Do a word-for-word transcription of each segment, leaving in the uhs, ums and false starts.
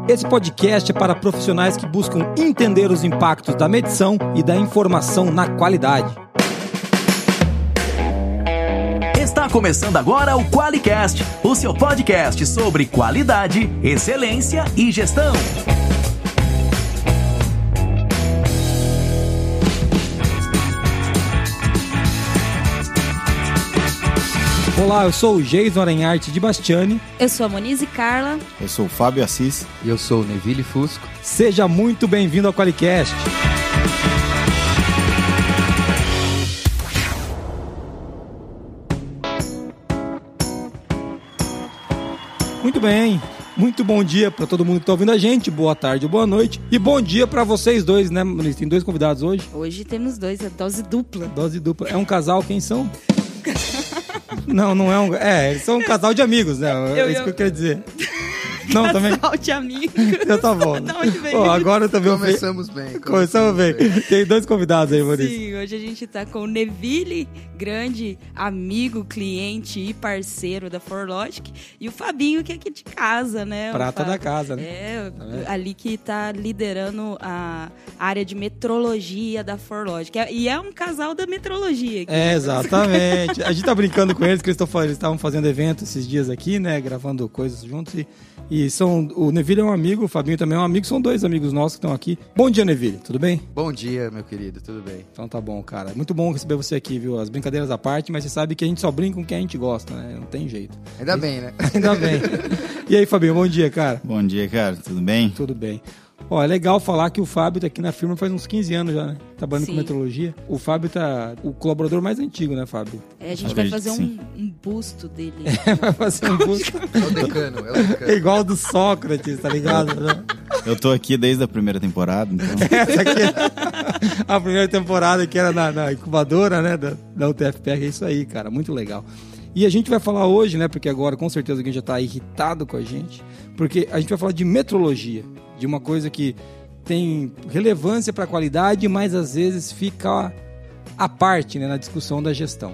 Esse podcast é para profissionais que buscam entender os impactos da medição e da informação na qualidade. Está começando agora o QualiCast, o seu podcast sobre qualidade, excelência e gestão. Olá, eu sou o Jason Aranharte de Bastiani. Eu sou a Monize Carla. Eu sou o Fábio Assis. E eu sou o Neville Fusco. Seja muito bem-vindo ao QualiCast. Muito bem, muito bom dia para todo mundo que está ouvindo a gente, boa tarde ou boa noite. E bom dia para vocês dois, né, Monize? Tem dois convidados hoje. Hoje temos dois, a dose dupla. Dose dupla. É um casal, quem são? Não, não é um... É, eles são um casal de amigos, né? É isso eu... que eu queria dizer. Não, casal também... Casal de amigos. Eu tá bom. Pô, agora também... Começamos bem. Começamos bem. bem. Tem dois convidados aí, Maurício. Sim, hoje a gente tá com o Neville, grande amigo, cliente e parceiro da ForLogic, e o Fabinho, que é aqui de casa, né? Prata Fa... da casa, né? É, tá ali que tá liderando a área de metrologia da ForLogic. E é um casal da metrologia. Aqui, é, exatamente. A gente tá brincando com eles, que eles estavam fazendo evento esses dias aqui, né? Gravando coisas juntos e... E são, o Neville é um amigo, o Fabinho também é um amigo, são dois amigos nossos que estão aqui. Bom dia, Neville, tudo bem? Bom dia, meu querido, tudo bem. Então tá bom, cara. Muito bom receber você aqui, viu? As brincadeiras à parte, mas você sabe que a gente só brinca com quem a gente gosta, né? Não tem jeito. Ainda e... bem, né? Ainda bem. E aí, Fabinho, bom dia, cara. Bom dia, cara, tudo bem? Tudo bem. Ó, é legal falar que o Fábio tá aqui na firma faz uns quinze anos já, né? Trabalhando Sim. com metrologia. O Fábio tá o colaborador mais antigo, né, Fábio? É, a gente vai fazer um, um busto dele. É, vai fazer um busto. É o decano, é o decano. É igual o do Sócrates, tá ligado? Eu tô aqui desde a primeira temporada, então... Essa aqui, a primeira temporada que era na, na incubadora, né, da, da U T F P R, é isso aí, cara, muito legal. E a gente vai falar hoje, né, porque agora com certeza alguém já tá irritado com a gente, porque a gente vai falar de metrologia, de uma coisa que tem relevância para a qualidade, mas às vezes fica à parte, né, na discussão da gestão.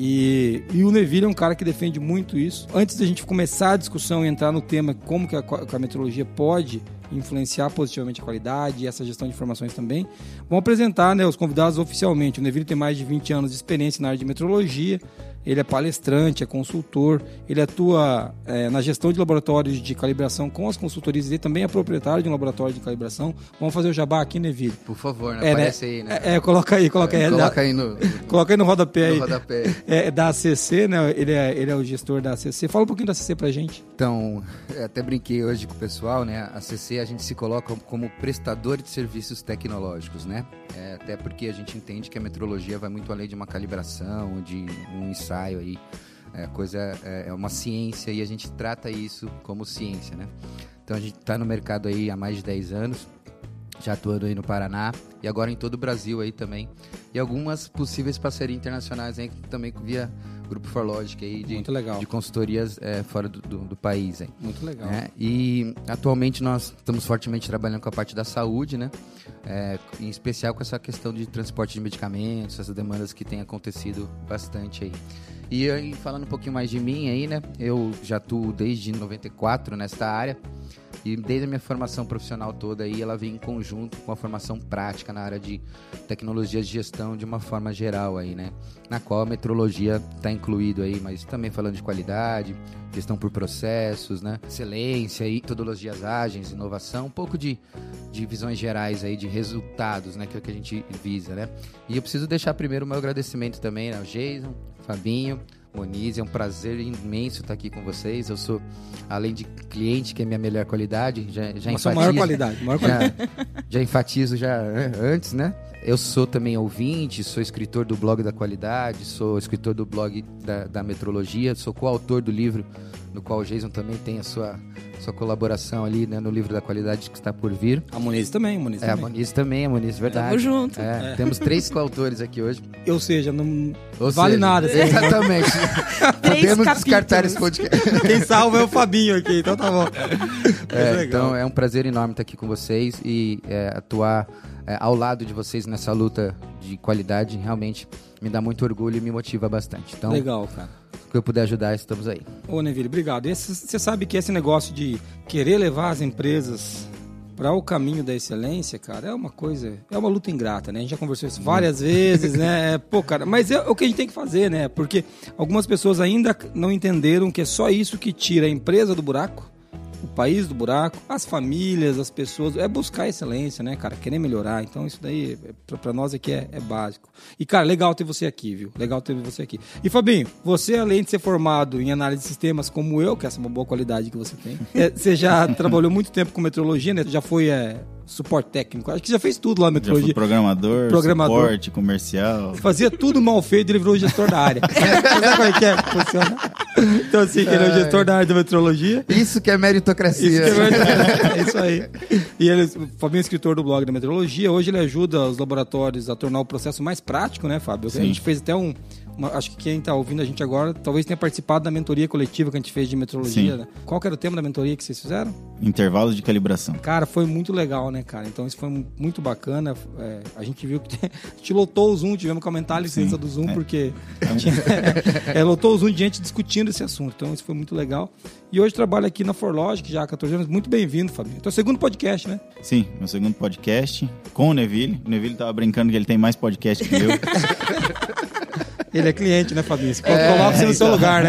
E, e o Neville é um cara que defende muito isso. Antes da gente começar a discussão e entrar no tema como que a, que a metrologia pode influenciar positivamente a qualidade e essa gestão de informações também, vamos apresentar, né, os convidados oficialmente. O Neville tem mais de vinte anos de experiência na área de metrologia. Ele é palestrante, é consultor, ele atua é, na gestão de laboratórios de calibração com as consultorias e também é proprietário de um laboratório de calibração. Vamos fazer o jabá aqui, Neville? Por favor, né? É, aparece né? aí, né? É, é, coloca aí, coloca é, aí. Coloca da, aí no... Coloca aí no rodapé. No aí. rodapé. É, da A C C, né? Ele é, ele é o gestor da A C C. Fala um pouquinho da A C C pra gente. Então, até brinquei hoje com o pessoal, né? A A C C a gente se coloca como prestador de serviços tecnológicos, né? É, até porque a gente entende que a metrologia vai muito além de uma calibração, de um ensaio aí. A coisa é, é uma ciência e a gente trata isso como ciência, né? Então a gente está no mercado aí há mais de dez anos, já atuando aí no Paraná e agora em todo o Brasil aí também. E algumas possíveis parcerias internacionais aí também via Grupo ForLogic aí de, Muito legal. de consultorias é, fora do, do, do país aí. Muito legal. Né? E atualmente nós estamos fortemente trabalhando com a parte da saúde, né? É, em especial com essa questão de transporte de medicamentos, essas demandas que têm acontecido bastante aí. E aí, falando um pouquinho mais de mim aí, né? Eu já atuo desde noventa e quatro nesta área e desde a minha formação profissional toda aí, ela vem em conjunto com a formação prática na área de tecnologias de gestão de uma forma geral aí, né? Na qual a metrologia está incluído aí, mas também falando de qualidade, gestão por processos, né? Excelência e metodologias ágeis, inovação, um pouco de, de visões gerais aí, de resultados, né? Que é o que a gente visa, né? E eu preciso deixar primeiro o meu agradecimento também ao Jason, Fabinho, Monize, é um prazer imenso estar aqui com vocês. Eu sou, além de cliente, que é minha melhor qualidade, já, já enfatizo... A maior qualidade, maior qualidade. Já, já enfatizo já antes, né? Eu sou também ouvinte, sou escritor do blog da qualidade, sou escritor do blog da, da metrologia, sou coautor do livro, no qual o Jason também tem a sua, sua colaboração ali, né, no livro da qualidade que está por vir. A Monize também, a Monize é, também. A Monize também, a Monize, verdade. Tamo junto. É, É. Temos três coautores aqui hoje. Ou seja, não Ou vale seja, nada. Assim. Exatamente. Podemos capítulos. descartar esse podcast. Quem salva é o Fabinho aqui, então tá bom. É, legal. então é um prazer enorme estar aqui com vocês e é, atuar é, ao lado de vocês nessa luta de qualidade realmente me dá muito orgulho e me motiva bastante. Então, Legal, cara. O que eu puder ajudar, estamos aí. Ô, Neville, obrigado. Você sabe que esse negócio de querer levar as empresas para o caminho da excelência, cara, é uma coisa, é uma luta ingrata, né? A gente já conversou isso várias vezes, né? Pô, cara, mas é o que a gente tem que fazer, né? Porque algumas pessoas ainda não entenderam que é só isso que tira a empresa do buraco, o país do buraco, as famílias, as pessoas, é buscar excelência, né, cara? Querer melhorar. Então, isso daí, pra, pra nós aqui, é, é básico. E, cara, legal ter você aqui, viu? Legal ter você aqui. E, Fabinho, você, além de ser formado em análise de sistemas como eu, que essa é uma boa qualidade que você tem, é, você já trabalhou muito tempo com metrologia, né? Já foi é, suporte técnico. Acho que já fez tudo lá na metrologia. Já fui programador, programador, suporte, comercial. Fazia tudo mal feito e ele virou gestor da área. Sabe como é que é que funciona? Então, assim, ele é o gestor da área da metrologia. Isso que é meritocracia. Isso que é meritocracia. É isso aí. E ele, o Fabinho é escritor do blog da metrologia. Hoje ele ajuda os laboratórios a tornar o processo mais prático, né, Fábio? Sim. A gente fez até um... Uma, acho que quem está ouvindo a gente agora talvez tenha participado da mentoria coletiva que a gente fez de metrologia. Né? Qual que era o tema da mentoria que vocês fizeram? Intervalos de calibração. Cara, foi muito legal, né, cara? Então isso foi muito bacana. É, a gente viu que a gente lotou o Zoom, tivemos que aumentar a licença Sim, do Zoom, é. porque tinha, é, lotou o Zoom de gente discutindo esse assunto. Então isso foi muito legal. E hoje trabalho aqui na ForLogic já há quatorze anos. Muito bem-vindo, Fabinho. Então é o segundo podcast, né? Sim, meu segundo podcast com o Neville. O Neville tava brincando que ele tem mais podcast que eu. Ele é cliente, né, Fabinho? Você colocou lá pra você no seu lugar, né?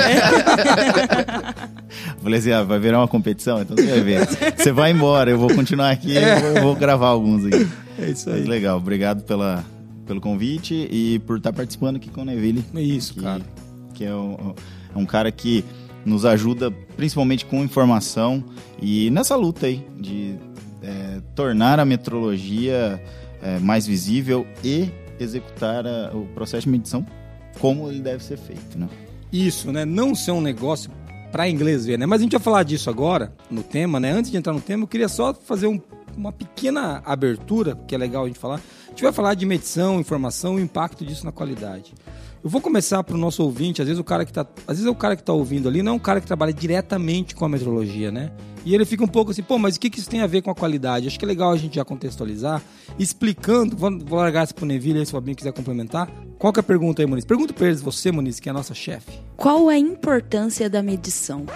Falei assim, ah, vai virar uma competição? Então você vai ver. Você vai embora, eu vou continuar aqui, eu vou, eu vou gravar alguns aqui. É isso aí. Mas legal, obrigado pela, pelo convite e por estar participando aqui com o Neville. É isso, que, cara. Que é um, é um cara que nos ajuda principalmente com informação e nessa luta aí de é, tornar a metrologia é, mais visível e executar a, o processo de medição como ele deve ser feito, né? Isso, né? Não ser um negócio para inglês ver, né? Mas a gente vai falar disso agora, no tema, né? Antes de entrar no tema, eu queria só fazer um, uma pequena abertura, que é legal a gente falar. A gente vai falar de medição, informação e o impacto disso na qualidade. Eu vou começar para o nosso ouvinte, às vezes o cara que tá, às vezes é o cara que está ouvindo ali, não é um cara que trabalha diretamente com a metrologia, né? E ele fica um pouco assim, pô, mas o que, que isso tem a ver com a qualidade? Acho que é legal a gente já contextualizar, explicando, vou, vou largar isso pro Neville aí, se o Fabinho quiser complementar. Qual que é a pergunta aí, Moniz? Pergunta para eles, você, Moniz, que é a nossa chefe. Qual a importância da medição?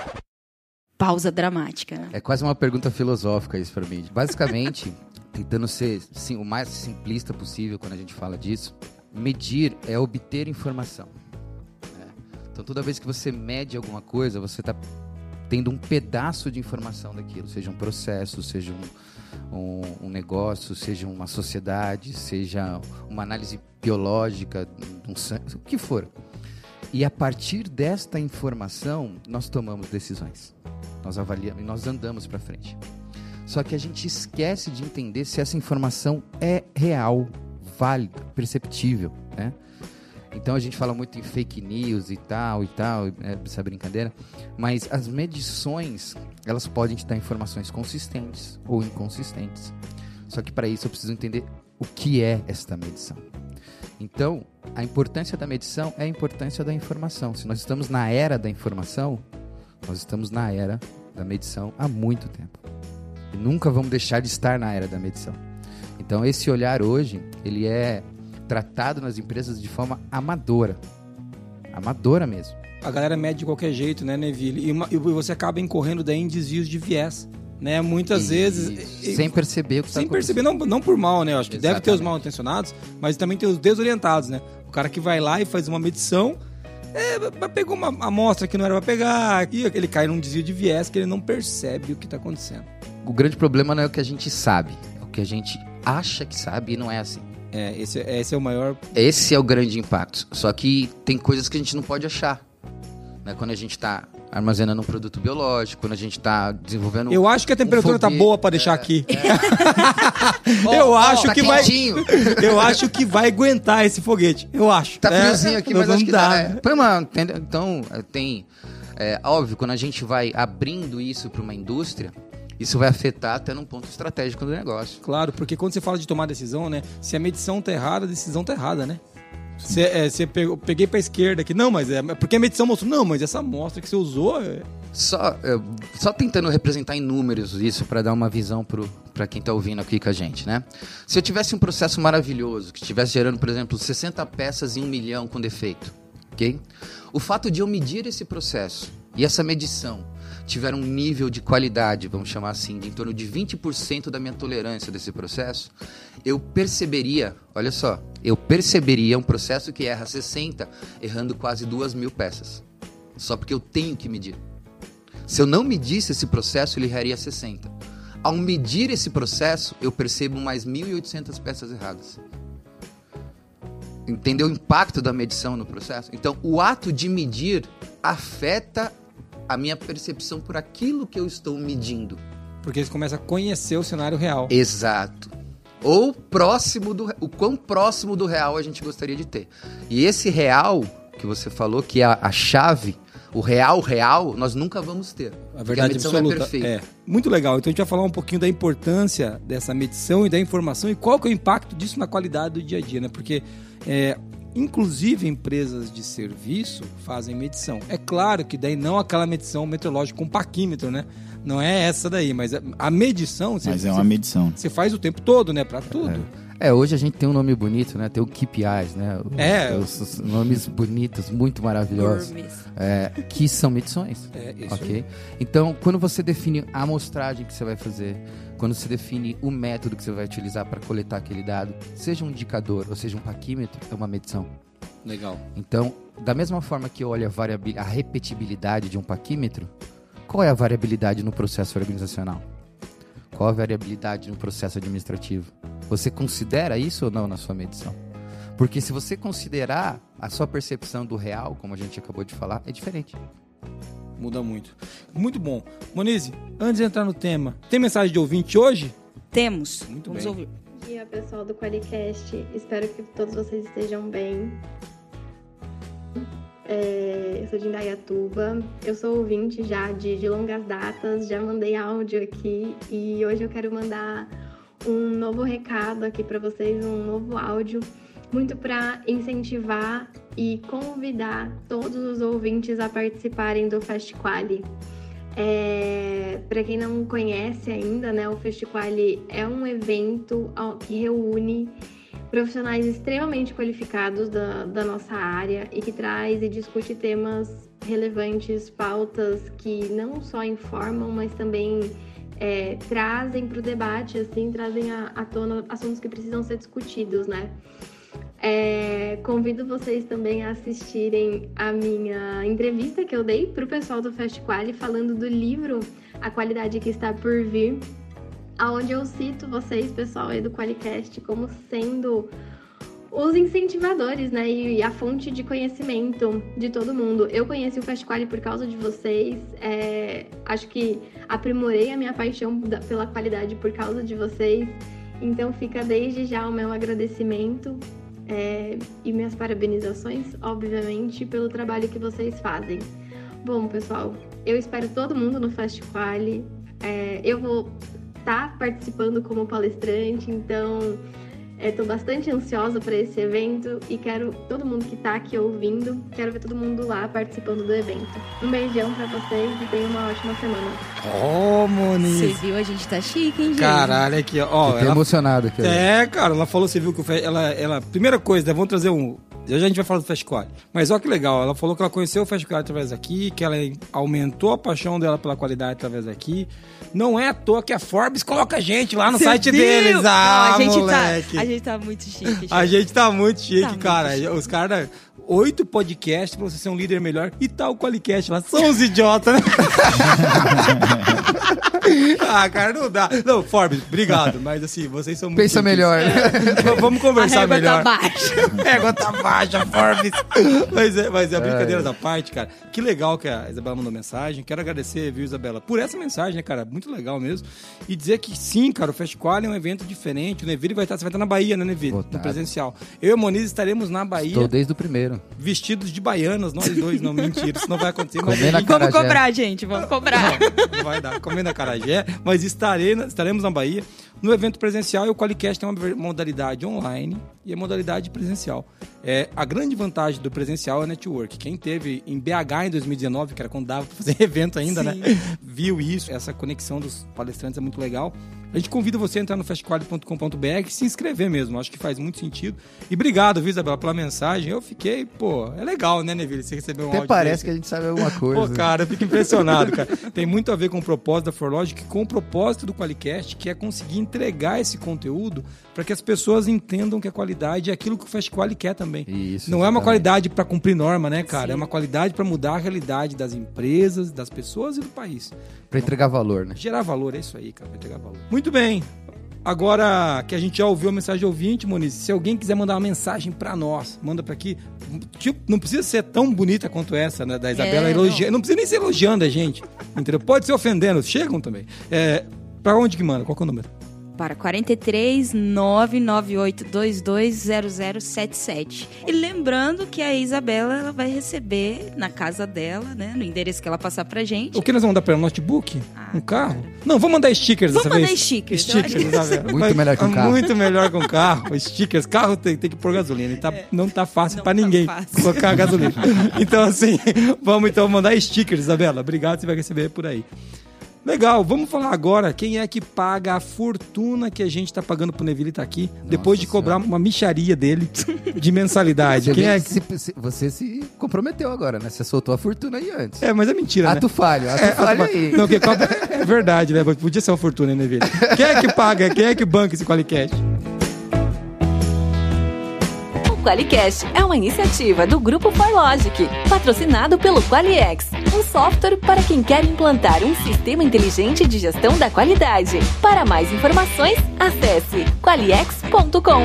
Pausa dramática, né? É quase uma pergunta filosófica isso para mim. Basicamente, tentando ser sim, o mais simplista possível quando a gente fala disso, medir é obter informação. Né? Então, toda vez que você mede alguma coisa, você está tendo um pedaço de informação daquilo, seja um processo, seja um, um, um negócio, seja uma sociedade, seja uma análise biológica, um, o que for. E a partir desta informação, nós tomamos decisões, nós avaliamos e nós andamos para frente. Só que a gente esquece de entender se essa informação é real, válida, perceptível, né? Então a gente fala muito em fake news e tal e tal, essa brincadeira, mas as medições, elas podem te dar informações consistentes ou inconsistentes. Só que para isso eu preciso entender o que é esta medição. Então, a importância da medição é a importância da informação. Se nós estamos na era da informação, nós estamos na era da medição há muito tempo. E nunca vamos deixar de estar na era da medição. Então esse olhar hoje, ele é tratado nas empresas de forma amadora. Amadora mesmo. A galera mede de qualquer jeito, né, Neville? E, uma, e você acaba incorrendo daí em desvios de viés, né? Muitas e, vezes... Sem perceber o que está Sem perceber, não, não por mal, né? Eu acho que Exatamente. Deve ter os mal intencionados, mas também tem os desorientados, né? O cara que vai lá e faz uma medição, é, pegou uma amostra que não era para pegar, e ele cai num desvio de viés que ele não percebe o que está acontecendo. O grande problema não é o que a gente sabe, é o que a gente acha que sabe e não é assim. É, esse, esse é o maior... Esse é o grande impacto. Só que tem coisas que a gente não pode achar. Né? Quando a gente está armazenando um produto biológico, quando a gente está desenvolvendo... Eu acho que a temperatura está um boa para deixar é, aqui. É. eu oh, acho tá que quentinho. vai... Eu acho que vai aguentar esse foguete. Eu acho. Tá friozinho aqui, é, mas acho que dá. dá. É. Põe uma, então, tem... É, óbvio, quando a gente vai abrindo isso para uma indústria... Isso vai afetar até num ponto estratégico do negócio. Claro, porque quando você fala de tomar decisão, né? Se a medição tá errada, a decisão tá errada, né? Você, é, você pegou, peguei pra esquerda aqui. Não, mas é... Porque a medição mostrou... Não, mas essa amostra que você usou... É... Só, é, só tentando representar em números isso para dar uma visão pro, pra quem tá ouvindo aqui com a gente, né? Se eu tivesse um processo maravilhoso, que estivesse gerando, por exemplo, sessenta peças em um milhão com defeito, o ok? O fato de eu medir esse processo e essa medição tiver um nível de qualidade, vamos chamar assim, de em torno de vinte por cento da minha tolerância desse processo, eu perceberia, olha só, eu perceberia um processo que erra sessenta, errando quase duas mil peças. Só porque eu tenho que medir. Se eu não medisse esse processo, ele erraria sessenta. Ao medir esse processo, eu percebo mais mil e oitocentas peças erradas. Entendeu o impacto da medição no processo? Então, o ato de medir afeta a minha percepção por aquilo que eu estou medindo. Porque eles começam a conhecer o cenário real. Exato. Ou próximo do, o quão próximo do real a gente gostaria de ter. E esse real que você falou, que é a, a chave, o real real, nós nunca vamos ter. A verdade a medição absoluta. É perfeita. É. Muito legal. Então a gente vai falar um pouquinho da importância dessa medição e da informação e qual que é o impacto disso na qualidade do dia a dia, né? Porque é, inclusive empresas de serviço fazem medição. É claro que daí não aquela medição meteorológica com paquímetro, né? Não é essa daí, mas a medição... Mas você, é uma medição. Você faz o tempo todo, né? Para tudo. É. É, hoje a gente tem um nome bonito, né? Tem o K P Is, né? Os, É. Os, os nomes bonitos, muito maravilhosos. É, que são medições. É, isso Ok? aí. Então, quando você define a amostragem que você vai fazer, quando você define o método que você vai utilizar para coletar aquele dado, seja um indicador ou seja um paquímetro, é uma medição. Legal. Então, da mesma forma que eu olho a, variabil- a repetibilidade de um paquímetro, qual é a variabilidade no processo organizacional? Qual a variabilidade no processo administrativo? Você considera isso ou não na sua medição? Porque se você considerar, a sua percepção do real, como a gente acabou de falar, é diferente. Muda muito. Muito bom. Monize, antes de entrar no tema, tem mensagem de ouvinte hoje? Temos. Muito Vamos bem. ouvir. Bom dia, pessoal do Qualicast. Espero que todos vocês estejam bem. É, eu sou de Indaiatuba. Eu sou ouvinte já de, de longas datas. Já mandei áudio aqui. E hoje eu quero mandar um novo recado aqui para vocês, um novo áudio. Muito para incentivar e convidar todos os ouvintes a participarem do FastQuali. É, para quem não conhece ainda, né, o FastQuali é um evento que reúne profissionais extremamente qualificados da, da nossa área e que traz e discute temas relevantes, pautas que não só informam, mas também é, trazem para o debate, assim, trazem à, à tona assuntos que precisam ser discutidos, né? É, convido vocês também a assistirem a minha entrevista que eu dei para o pessoal do FastQuali falando do livro A Qualidade que Está por Vir, onde eu cito vocês, pessoal aí do Qualicast, como sendo os incentivadores, né, e a fonte de conhecimento de todo mundo. Eu conheci o FastQuali por causa de vocês, é, acho que aprimorei a minha paixão pela qualidade por causa de vocês, então fica desde já o meu agradecimento é, e minhas parabenizações, obviamente, pelo trabalho que vocês fazem. Bom, pessoal, eu espero todo mundo no FastQuali, é, eu vou estar participando como palestrante, então estou bastante ansiosa para esse evento e quero todo mundo que está aqui ouvindo, quero ver todo mundo lá participando do evento. Um beijão para vocês e tenham uma ótima semana. Ô, oh, Monize. Você viu? A gente tá chique, hein, gente? Caralho, aqui, ó. Eu tô ela... emocionado aqui. É, cara, ela falou, você viu que o fe... ela, ela... Primeira coisa, né, vamos trazer um... Já já a gente vai falar do FastQuali. Mas olha que legal, ela falou que ela conheceu o FastQuali através daqui, que ela aumentou a paixão dela pela qualidade através daqui. Não é à toa que a Forbes coloca a gente lá no Você site viu? deles. Ah, Não, a gente moleque. Tá, a gente tá muito chique. A gente tá muito chique, Tá muito cara. chique. Os caras... Oito podcasts pra você ser um líder melhor. E tal o Qualicast lá. São uns idiotas, né? Ah, cara, não dá. Não, Forbes, obrigado. Mas assim, vocês são muito... Pensa chiques. melhor. né? V- Vamos conversar A régua melhor. tá baixa. Régua tá baixa, Forbes. Mas é, mas é brincadeira da parte, cara. Que legal que a Isabela mandou mensagem. Quero agradecer, viu, Isabela, por essa mensagem, né, cara? Muito legal mesmo. E dizer que sim, cara, o FastQuali é um evento diferente. O Neville vai estar... Você vai estar na Bahia, né, Neville? Vou tá. No presencial. Eu e a Moniz estaremos na Bahia. Estou desde o primeiro. Vestidos de baianas, nós dois, não, mentira, isso não vai acontecer. Mas Comendo a a gente- Vamos Acarajé. cobrar, gente. Vamos cobrar. não, não vai dar, comendo acarajé, mas estarei, na- estaremos na Bahia. no evento presencial. E o QualiCast tem uma modalidade online e a modalidade presencial. É, a grande vantagem do presencial é network. Quem teve em B H em dois mil e dezenove, que era quando dava para fazer evento ainda, né? Viu isso. Essa conexão dos palestrantes é muito legal. A gente convida você a entrar no fast quali ponto com ponto b r e se inscrever mesmo. Acho que faz muito sentido. E obrigado, viu, Isabela, pela mensagem. Eu fiquei, pô, é legal, né, Neville? Você recebeu um Até áudio parece desse. que a gente sabe alguma coisa. Pô, cara, eu fico impressionado, cara. Tem muito a ver com o propósito da ForLogic, com o propósito do QualiCast, que é conseguir entregar esse conteúdo para que as pessoas entendam que a qualidade é aquilo que o Fast Quali quer também. Isso, não é uma exatamente. qualidade para cumprir norma, né, cara? Sim. É uma qualidade para mudar a realidade das empresas, das pessoas e do país. Pra entregar valor, né? Gerar valor, é isso aí, cara, pra entregar valor. Muito bem. Agora que a gente já ouviu a mensagem de ouvinte, Moniz, se alguém quiser mandar uma mensagem pra nós, manda pra aqui. Tipo, não precisa ser tão bonita quanto essa, né, da Isabela É, elogiando. não. Não precisa nem ser elogiando a gente, entendeu? Pode ser ofendendo, chegam também. É, pra onde que manda? Qual que é o número? Para quarenta e três, nove nove oito dois dois zero zero sete sete. E lembrando que a Isabela ela vai receber na casa dela, né, no endereço que ela passar pra gente. O que nós vamos dar pra ela? Um notebook? Ah, um carro? Não, vamos mandar stickers Vamos dessa mandar vez. stickers, eu Stickers, acho que Isabela. Muito Vai- melhor que um carro. Muito melhor que um carro. Stickers. Carro tem, tem que pôr gasolina. E tá, não tá fácil Não pra tá ninguém fácil. colocar gasolina. Então, assim, vamos então mandar stickers, Isabela. Obrigado, você vai receber por aí. Legal, vamos falar agora quem é que paga a fortuna que a gente tá pagando pro Neville estar aqui, depois de cobrar uma micharia dele de mensalidade. Você, Quem vê é que que... se- se- você se comprometeu agora, né? Você soltou a fortuna aí antes. É, mas é mentira, né? Ato falho, ato É, falho ato- aí. Não, que cobra... É verdade, né? Podia ser uma fortuna, né, Neville? Quem é que paga? Quem é que banca esse QualiCast? O QualiCast é uma iniciativa do Grupo ForLogic, patrocinado pelo QualiX, um software para quem quer implantar um sistema inteligente de gestão da qualidade. Para mais informações, acesse qualix ponto com.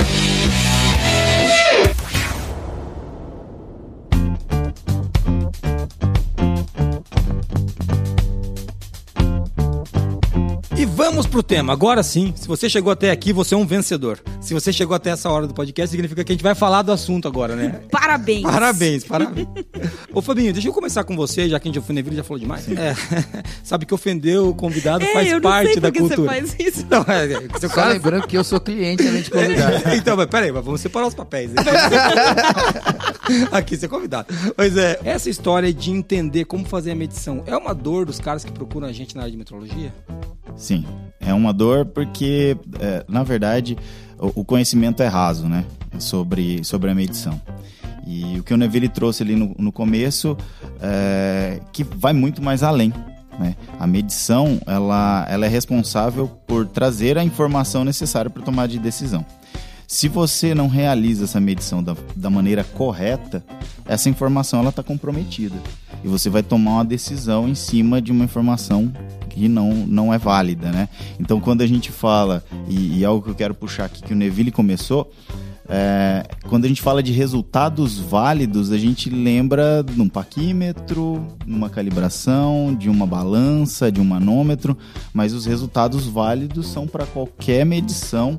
E vamos pro tema. Agora sim, se você chegou até aqui, você é um vencedor. Se você chegou até essa hora do podcast, significa que a gente vai falar do assunto agora, né? Parabéns! Parabéns, parabéns. Ô, Fabinho, deixa eu começar com você, já que a gente já foi Neville, já falou demais. É, sabe que ofender o convidado É, faz eu não parte sei da por que cultura. você faz isso. Não, é, é, seu Só cara... lembrando que eu sou cliente além de convidado. Então, mas peraí, mas vamos separar os papéis. Hein? Aqui, você é convidado. Pois é, essa história de entender como fazer a medição é uma dor dos caras que procuram a gente na área de metrologia? Sim, é uma dor porque, é, na verdade, o, o conhecimento é raso, né? Sobre, sobre a medição. E o que o Neville trouxe ali no, no começo, é, que vai muito mais além, né? A medição, ela, ela é responsável por trazer a informação necessária para tomar de decisão. Se você não realiza essa medição da, da maneira correta, essa informação está comprometida. E você vai tomar uma decisão em cima de uma informação que não, não é válida, né? Então, quando a gente fala, e, e algo que eu quero puxar aqui que o Neville começou, é, quando a gente fala de resultados válidos, a gente lembra de um paquímetro, uma calibração, de uma balança, de um manômetro, mas os resultados válidos são para qualquer medição,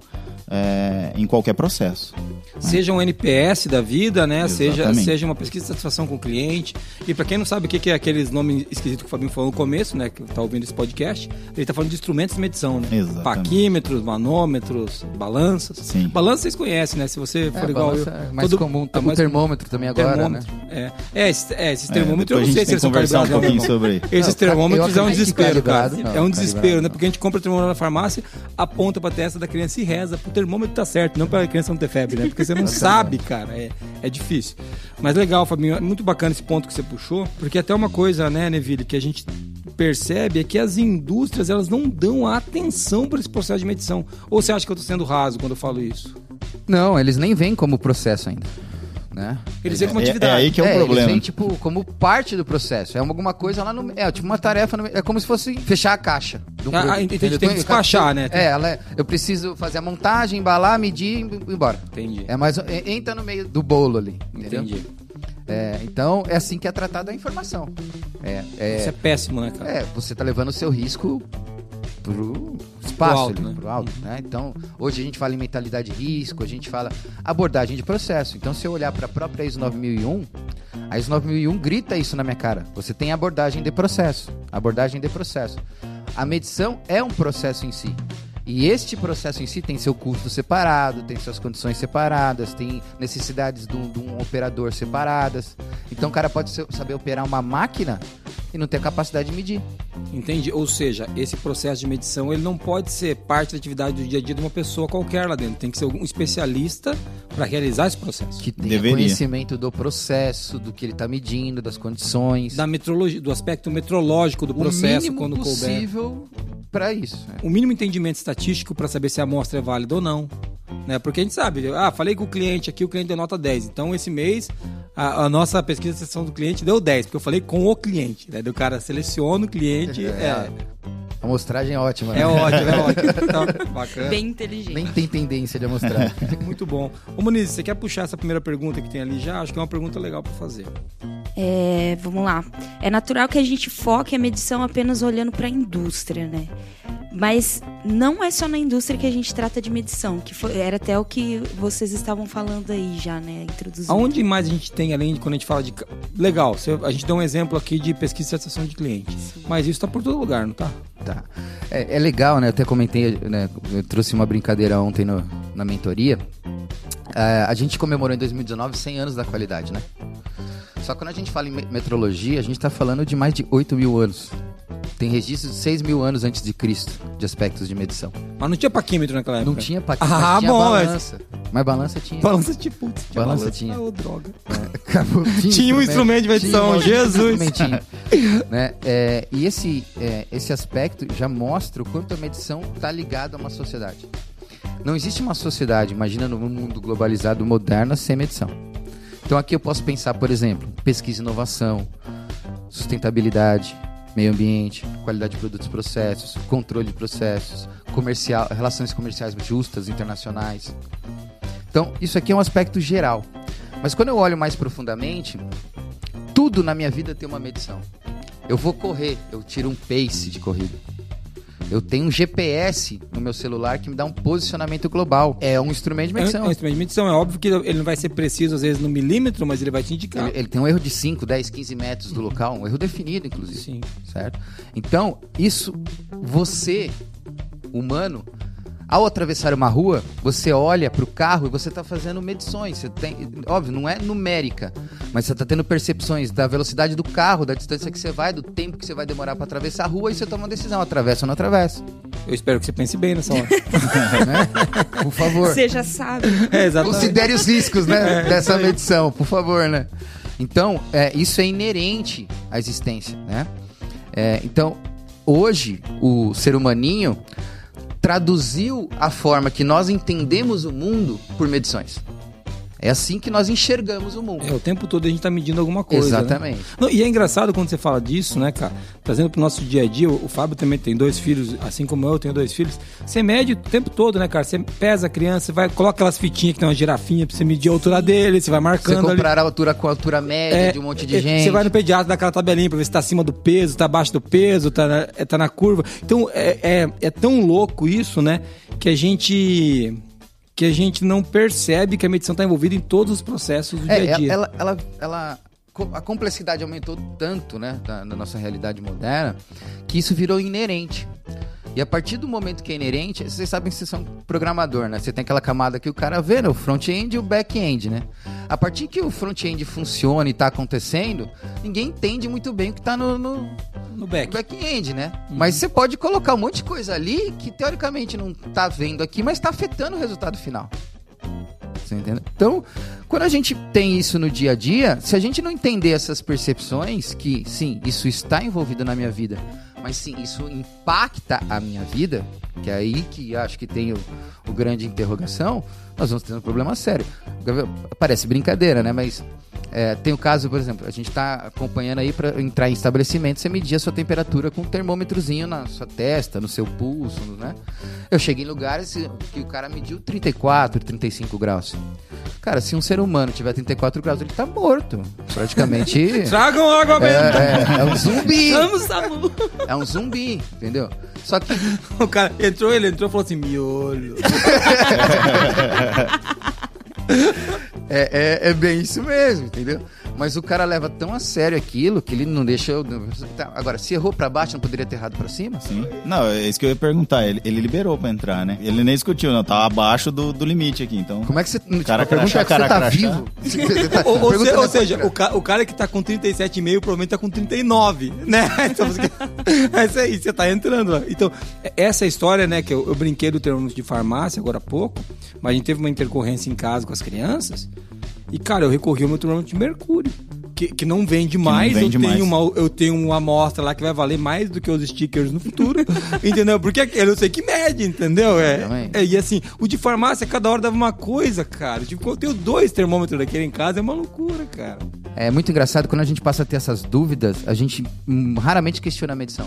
É, em qualquer processo. Seja um N P S da vida, né? Seja, Exatamente. seja uma pesquisa de satisfação com o cliente. E para quem não sabe o que que é aqueles nomes esquisitos que o Fabinho falou no começo, né? Que tá ouvindo esse podcast, ele tá falando de instrumentos de medição, né? Exatamente. Paquímetros, manômetros, balanças. Sim. Balança vocês conhecem, né? Se você for É, igual eu. balança é mais todo- comum. Tá é com mais termômetro também agora, termômetro. né? É, é, esses, é, esses É, termômetros, eu depois não sei a se gente eles são tem que conversar um calibrados pouquinho ou não. sobre Esses Não, termômetros eu é um acredito que desespero, cara. calibrado, não, É um desespero, calibrado né? não. Porque a gente compra o termômetro na farmácia, aponta pra testa da criança e reza pro termômetro tá certo, não pra criança não ter febre, né? Porque você não sabe, cara. É, é difícil. Mas legal, Fabinho. É muito bacana esse ponto que você puxou, porque até uma coisa, né, Neville, que a gente percebe é que as indústrias, elas não dão a atenção para esse processo de medição. Ou você acha que eu tô sendo raso quando eu falo isso? Não, eles nem veem como processo ainda. Né? Eles veem como É- atividade. é aí que é o Eles problema. veem, tipo, como parte do processo. É alguma coisa lá no... É, tipo, uma tarefa... No, é como se fosse fechar a caixa. de um Ah, produto, ah, entendi, entendeu? tem que despachar, né? É, ela é, eu preciso fazer a montagem, embalar, medir e ir embora. Entendi. É mais, é- entra no meio do bolo ali, entendeu? Entendi. É, então, é assim que é tratada a informação. É, é, Isso é péssimo, né, cara? é, você tá levando o seu risco pro espaço, Pro alto, ali, né? pro alto, né? Então, hoje a gente fala em mentalidade de risco, a gente fala abordagem de processo. Então, se eu olhar para a própria I S O nove mil e um, a I S O nove mil e um grita isso na minha cara. Você tem abordagem de processo, abordagem de processo. A medição é um processo em si. E este processo em si tem seu custo separado, tem suas condições separadas, tem necessidades de um, de um operador separadas. Então o cara pode ser, saber operar uma máquina e não ter capacidade de medir. Entendi. Ou seja, esse processo de medição ele não pode ser parte da atividade do dia a dia de uma pessoa qualquer lá dentro. Tem que ser um especialista para realizar esse processo. Que tenha Deveria. conhecimento do processo, do que ele está medindo, das condições. Da metrologia, do aspecto metrológico do processo, o mínimo quando couber. possível para isso. né? O mínimo entendimento estatístico para saber se a amostra é válida ou não. Né? Porque a gente sabe, ah, falei com o cliente aqui, o cliente deu nota dez. Então, esse mês, a, a nossa pesquisa de sessão do cliente deu dez, porque eu falei com o cliente. Né? O cara seleciona o cliente. É, A amostragem é ótima. é, né? ótimo, é ótimo. Então, bacana. Bem inteligente. Nem tem tendência de amostragem. Muito bom. Ô, Moniz, você quer puxar essa primeira pergunta que tem ali já? Acho que é uma pergunta legal para fazer. É, vamos lá. É natural que a gente foque a medição apenas olhando para a indústria, né? Mas não é só na indústria que a gente trata de medição, que foi, era até o que vocês estavam falando aí já, né? Introduzindo. Aonde mais a gente tem, além de quando a gente fala de... Legal, você- a gente deu um exemplo aqui de pesquisa e satisfação de cliente. Mas isso tá por todo lugar, não tá? Tá. É, é legal, né? Eu até comentei, né? Eu trouxe uma brincadeira ontem no- na mentoria. É, a gente comemorou em dois mil e dezenove cem anos da qualidade, né? Só que quando a gente fala em me- metrologia, a gente está falando de mais de oito mil anos. Tem registros de seis mil anos antes de Cristo de aspectos de medição. Mas não tinha paquímetro naquela época. Não tinha paquete, Ah, mas tinha bom, mas- balança. Mas balança tinha. Balança tipo... tinha Balança tinha. Ah, ô, droga. Acabou. Tinha um instrumento de medição, tinha um Jesus. instrumentinho. Né? É, e esse, é, esse aspecto já mostra o quanto a medição está ligada a uma sociedade. Não existe uma sociedade, imagina no mundo globalizado moderno, sem medição. Então aqui eu posso pensar, por exemplo, pesquisa e inovação, sustentabilidade, meio ambiente, qualidade de produtos e processos, controle de processos, comercial, relações comerciais justas, internacionais. Então, isso aqui é um aspecto geral. Mas quando eu olho mais profundamente, tudo na minha vida tem uma medição. Eu vou correr, eu tiro um pace de corrida. Eu tenho um G P S no meu celular que me dá um posicionamento global. É um instrumento de É um, medição. é um instrumento de medição. É óbvio que ele não vai ser preciso, às vezes, no milímetro, mas ele vai te indicar. Ele, ele tem um erro de cinco, dez, quinze metros do local, um erro definido, inclusive. Sim. Certo? Então, isso, você, humano, ao atravessar uma rua, você olha para o carro e você está fazendo medições. Você tem, óbvio, não é numérica, mas você está tendo percepções da velocidade do carro, da distância que você vai, do tempo que você vai demorar para atravessar a rua e você toma uma decisão, atravessa ou não atravessa. Eu espero que você pense bem nessa hora. Né? Por favor. Você já sabe. É, exatamente. Considere os riscos, né, dessa medição, por favor, né? Então, é, isso é inerente à existência, né? É, então, hoje, o ser humaninho traduziu a forma que nós entendemos o mundo por medições. É assim que nós enxergamos o mundo. É, o tempo todo a gente tá medindo alguma coisa. Exatamente. Né? Não, e é engraçado quando você fala disso, né, cara? Trazendo pro nosso dia a dia, o, o Fábio também tem dois filhos, assim como eu, eu tenho dois filhos. Você mede o tempo todo, né, cara? Você pesa a criança, você vai, coloca aquelas fitinhas que tem uma girafinha pra você medir a altura dele, você vai Você marcando ali. comparar a altura com a altura média É, de um monte de é, gente. Você vai no pediatra, dá aquela tabelinha pra ver se tá acima do peso, tá abaixo do peso, tá na, é, tá na curva. Então, é, é, é tão louco isso, né? Que a gente... que a gente não percebe que a medição está envolvida em todos os processos do É, dia a dia. ela, ela, ela, a complexidade aumentou tanto, né, da, da nossa realidade moderna, que isso virou inerente. E a partir do momento que é inerente, vocês sabem que vocês são programador, né? Você tem aquela camada que o cara vê, né? O front-end e o back-end, né? A partir que o front-end funciona e está acontecendo, ninguém entende muito bem o que está no, no, no back. back-end, né? Uhum. Mas você pode colocar um monte de coisa ali que teoricamente não está vendo aqui, mas está afetando o resultado final. Você entende? Então, quando a gente tem isso no dia a dia, se a gente não entender essas percepções, que sim, isso está envolvido na minha vida, mas sim, isso impacta a minha vida, que é aí que acho que tem o, o grande interrogação, nós vamos ter um problema sério. Parece brincadeira, né? Mas é, tem o caso, por exemplo, a gente está acompanhando aí para entrar em estabelecimento, você medir a sua temperatura com um termômetrozinho na sua testa, no seu pulso, né? Eu cheguei em lugares que o cara mediu trinta e quatro, trinta e cinco graus. Cara, se um ser humano tiver trinta e quatro graus, ele tá morto. Praticamente. Tragam água mesmo. É, é, é um zumbi. Vamos, Samu. É um zumbi, entendeu? Só que. O cara entrou, ele entrou e falou assim: miolho. é, é, é bem isso mesmo, entendeu? Mas o cara leva tão a sério aquilo que ele não deixa... Eu... Agora, se errou pra baixo, não poderia ter errado pra cima? Sim. Não, é isso que eu ia perguntar. Ele, ele liberou pra entrar, né? Ele nem discutiu, não. Tava abaixo do, do limite aqui, então... Como é que você... Tipo, cara, a pergunta crachá, é que você cara, tá crachá. vivo? Você tá... Ou, ou, se, ou não é seja, pra- o, ca, o cara que tá com trinta e sete vírgula cinco provavelmente tá com trinta e nove, né? Então, você, é isso aí, você tá entrando lá. Então, essa história, né, que eu, eu brinquei do termômetro de farmácia agora há pouco, mas a gente teve uma intercorrência em casa com as crianças e, cara, eu recorri ao meu termômetro de mercúrio. Que, que não vende mais, não vende eu, tenho mais. Uma, eu tenho uma amostra lá que vai valer mais do que os stickers no futuro, entendeu? Porque aquele eu sei que mede, entendeu? É, é, e assim, o de farmácia cada hora dava uma coisa, cara. Tipo, eu tenho dois termômetros daquele em casa, é uma loucura, cara. É muito engraçado, quando a gente passa a ter essas dúvidas, a gente hum, raramente questiona a medição.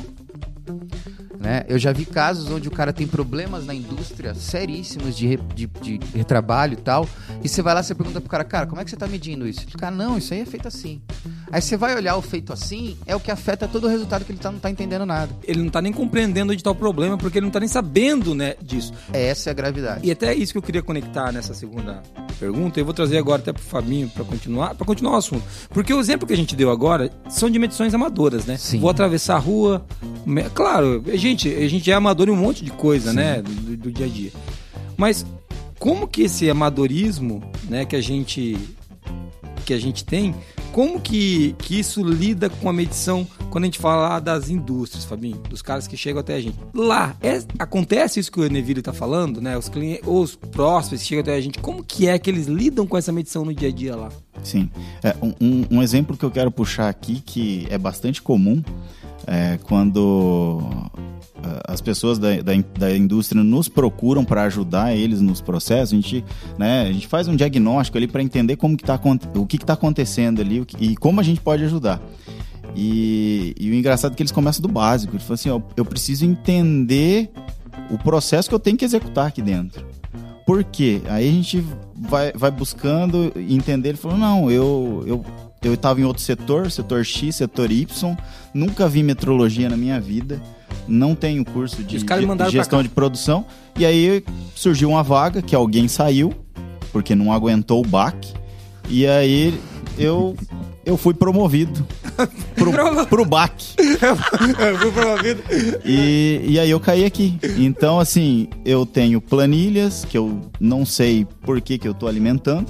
Né? Eu já vi casos onde o cara tem problemas na indústria seríssimos de, re, de, de retrabalho e tal, e você vai lá e você pergunta pro cara, cara, como é que você tá medindo isso? O cara, não, isso aí é feito assim. Aí você vai olhar o feito assim, é o que afeta todo o resultado, que ele tá, não tá entendendo nada. Ele não tá nem compreendendo onde tá o problema, porque ele não tá nem sabendo, né, disso. Essa é a gravidade. E até isso que eu queria conectar nessa segunda pergunta, eu vou trazer agora até pro Fabinho para continuar, para continuar o assunto. Porque o exemplo que a gente deu agora são de medições amadoras, né? Sim. Vou atravessar a rua, me- claro, a gente, a gente é amador em um monte de coisa, Sim. né, do, do dia a dia. Mas como que esse amadorismo, né, que a gente que a gente tem, como que, que isso lida com a medição quando a gente fala das indústrias, Fabinho? Dos caras que chegam até a gente. Lá, é, acontece isso que o Neville está falando, né? Os clientes, os próximos que chegam até a gente, como que é que eles lidam com essa medição no dia a dia lá? Sim. É, um, um exemplo que eu quero puxar aqui, que é bastante comum, é quando as pessoas da, da, da indústria nos procuram para ajudar eles nos processos, a gente, né, a gente faz um diagnóstico ali para entender como que tá, o que está acontecendo ali o que, e como a gente pode ajudar. E, e o engraçado é que eles começam do básico. Eles falam assim, ó, eu preciso entender o processo que eu tenho que executar aqui dentro. Por quê? Aí a gente vai, vai buscando entender. Ele falou, não, eu... eu Eu estava em outro setor, setor X, setor Y, nunca vi metrologia na minha vida, não tenho curso de, de gestão de produção. E aí surgiu uma vaga que alguém saiu, porque não aguentou o baque, e aí eu, eu fui promovido pro, pro baque. Eu fui promovido. E, e aí eu caí aqui. Então, assim, eu tenho planilhas que eu não sei por que, que eu estou alimentando.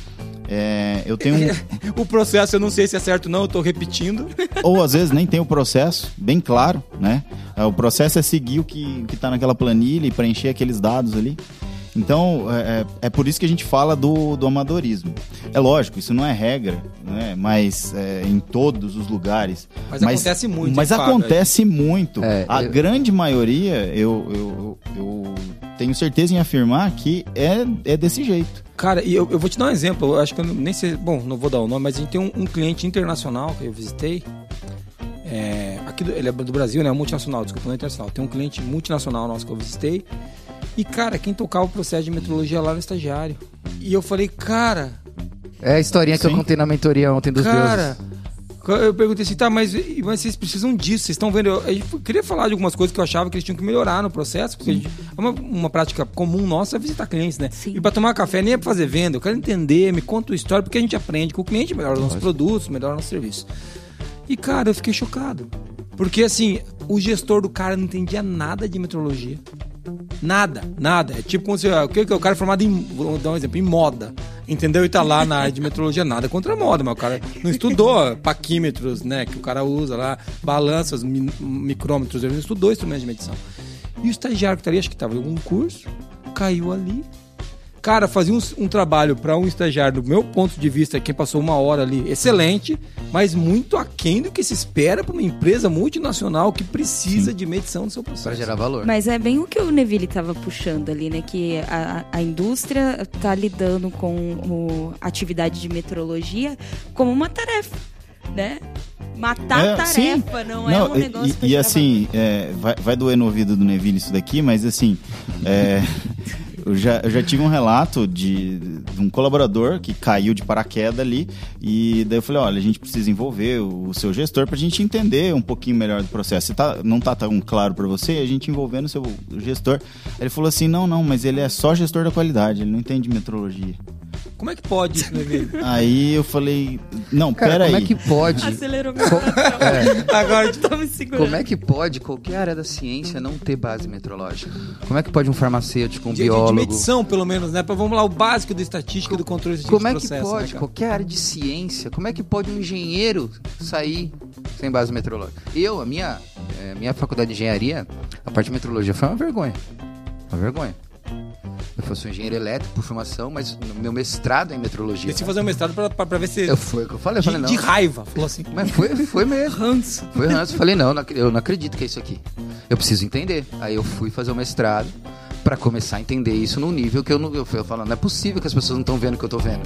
É, eu tenho um... O processo eu não sei se é certo ou não, eu tô repetindo. Ou às vezes nem tem o processo, bem claro, né? O processo é seguir o que, que tá naquela planilha e preencher aqueles dados ali. Então, é, é por isso que a gente fala do, do amadorismo. É lógico, isso não é regra, né? Mas é, em todos os lugares. Mas, mas acontece muito. Mas acontece Fábio, muito. É, a eu... grande maioria, eu, eu, eu tenho certeza em afirmar que é, é desse jeito. Cara, e eu, eu vou te dar um exemplo. Eu acho que eu nem sei. Bom, não vou dar o nome, mas a gente tem um, um cliente internacional que eu visitei. É, aqui do, ele é do Brasil, né? Multinacional, desculpa, não é internacional. Tem um cliente multinacional nosso que eu visitei. E, cara, quem tocava o processo de metrologia lá era o estagiário. E eu falei, cara... É a historinha que Sim. eu contei na mentoria ontem dos cara, deuses. Cara, eu perguntei assim, tá, mas, mas vocês precisam disso, vocês estão vendo... Eu, eu queria falar de algumas coisas que eu achava que eles tinham que melhorar no processo, porque a gente, é uma, uma prática comum nossa é visitar clientes, né? Sim. E pra tomar café nem é pra fazer venda, eu quero entender, me conta a história, porque a gente aprende com o cliente, melhora os nossos produtos, melhora o nosso serviço. E, cara, eu fiquei chocado. Porque, assim, o gestor do cara não entendia nada de metrologia. Nada, nada. É tipo como se o, que, o cara é formado em, vou dar um exemplo, em moda, entendeu? E tá lá na área de metrologia, nada contra a moda, mas o cara não estudou paquímetros, né, que o cara usa lá, balanças, mi, micrômetros, ele não estudou instrumentos de medição. E o estagiário que tá ali, acho que tava em algum curso, caiu ali. Cara, fazia um, um trabalho para um estagiário, do meu ponto de vista, quem passou uma hora ali, excelente, mas muito aquém do que se espera para uma empresa multinacional que precisa Sim. de medição no seu processo. Para gerar valor. Mas é bem o que o Neville estava puxando ali, né? Que a, a indústria está lidando com o, a atividade de metrologia como uma tarefa, né? Matar é, tarefa, sim. não, não é um negócio... E, e assim, é, vai, vai doer no ouvido do Neville isso daqui, mas assim... É... Eu já, eu já tive um relato de, de um colaborador que caiu de paraquedas ali, e daí eu falei, olha, a gente precisa envolver o, o seu gestor pra gente entender um pouquinho melhor do processo. Se tá, não tá tão claro pra você, a gente envolvendo o seu o gestor. Ele falou assim, não, não, mas ele é só gestor da qualidade, ele não entende metrologia. Como é que pode isso, né, Vili? Aí eu falei, não, Cara, pera como aí. é que pode? Acelerou meu coração. É. Agora a gente Tô me segurando. Como é que pode qualquer área da ciência não ter base metrológica? Como é que pode um farmacêutico, um de, de biólogo... medição, pelo menos, né? Pra, vamos lá, o básico da estatística e do controle de Como é que processo, pode, né, cara? qualquer área de ciência, como é que pode um engenheiro sair sem base metrológica? Eu, a minha, é, minha faculdade de engenharia, a parte de metrologia foi uma vergonha. Uma vergonha. Eu sou engenheiro elétrico por formação, mas no meu mestrado é em metrologia. Decidi fazer um mestrado pra, pra, pra ver se... Eu foi o que eu falei, eu de, falei não. de raiva, falou assim. Mas foi, foi mesmo. Ranço. Foi ranço. Falei, não, não ac- eu não acredito que é isso aqui. Eu preciso entender. Aí eu fui fazer o mestrado pra começar a entender isso num nível que eu não... Eu, eu falo, não é possível que as pessoas não estão vendo o que eu tô vendo.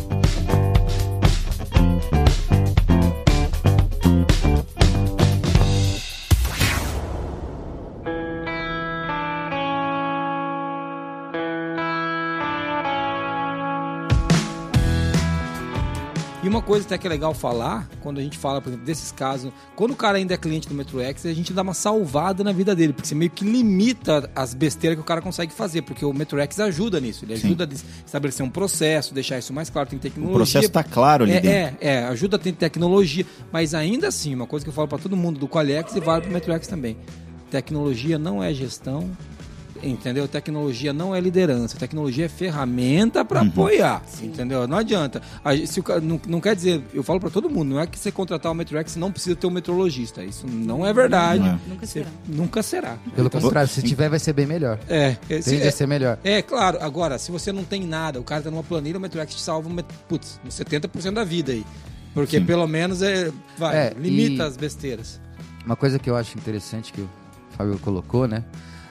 E uma coisa até que é legal falar, quando a gente fala, por exemplo, desses casos, quando o cara ainda é cliente do MetroX, a gente dá uma salvada na vida dele, porque você meio que limita as besteiras que o cara consegue fazer, porque o MetroX ajuda nisso, ele Sim. ajuda a estabelecer um processo, deixar isso mais claro, tem tecnologia. O processo tá claro ali é, dentro. É, é, ajuda a ter tecnologia, mas ainda assim, uma coisa que eu falo para todo mundo do Qualiex e vale pro MetroX também, tecnologia não é gestão, entendeu? Tecnologia não é liderança, tecnologia é ferramenta para Uhum. apoiar, entendeu? Não adianta. A, se o, cara- não, não quer dizer, eu falo para todo mundo, não é que você contratar o MetroX você não precisa ter um metrologista, isso não é verdade. Não é. Nunca Você- será. nunca será. Pelo Então, contrário, se tiver vai ser bem melhor. É, esse- Tende é, a ser melhor. é, claro. Agora, se você não tem nada, o cara tá numa planilha, o MetroX te salva um met- putz, uns setenta por cento da vida aí. Porque Sim. pelo menos é, vai, É, limita e- as besteiras. Uma coisa que eu acho interessante que o Fábio colocou, né?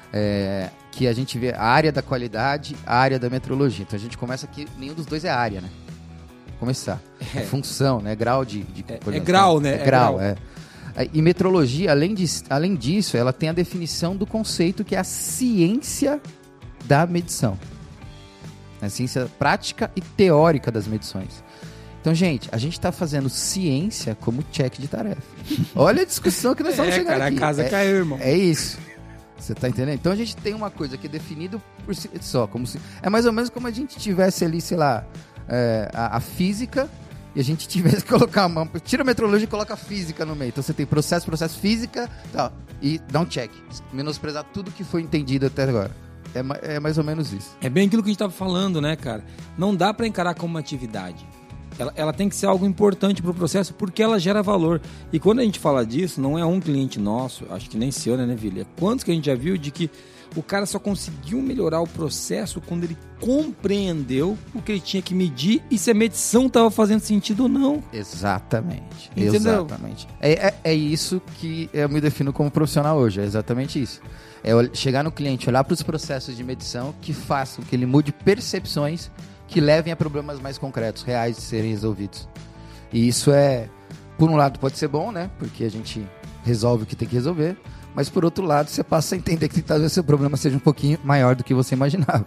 É que a gente vê a área da qualidade, a área da metrologia. Então a gente começa aqui, nenhum dos dois é área, né? Começar. É, função, né? Grau de, de É- coordenação. é grau, né? É, É grau, grau. é. E metrologia, além, de, além disso, ela tem a definição do conceito que é a ciência da medição. A ciência prática e teórica das medições. Então, gente, a gente está fazendo ciência como check de tarefa. Olha a discussão que nós estamos É, chegando cara, aqui. a casa é, caiu, irmão. É isso. Você tá entendendo? Então a gente tem uma coisa que é definida por si só. Como se, é mais ou menos como a gente tivesse ali, sei lá, é, a, a física e a gente tivesse que colocar uma... Tira a metrologia e coloca a física no meio. Então você tem processo, processo, física tal, e dá um check. Menosprezar tudo que foi entendido até agora. É, ma- é mais ou menos isso. É bem aquilo que a gente estava falando, né, cara? Não dá para encarar como uma atividade. Ela, ela tem que ser algo importante para o processo porque ela gera valor. E quando a gente fala disso, não é um cliente nosso, acho que nem seu, né, né, Vili? É quantos que a gente já viu de que o cara só conseguiu melhorar o processo quando ele compreendeu o que ele tinha que medir e se a medição estava fazendo sentido ou não. Exatamente. Entendeu? Exatamente. É, é, é isso que eu me defino como profissional hoje. É exatamente isso. É ol- chegar no cliente, olhar para os processos de medição que façam que ele mude percepções que levem a problemas mais concretos, reais de serem resolvidos. E isso é, por um lado, pode ser bom, né? Porque a gente resolve o que tem que resolver. Mas, por outro lado, você passa a entender que talvez seu problema seja um pouquinho maior do que você imaginava.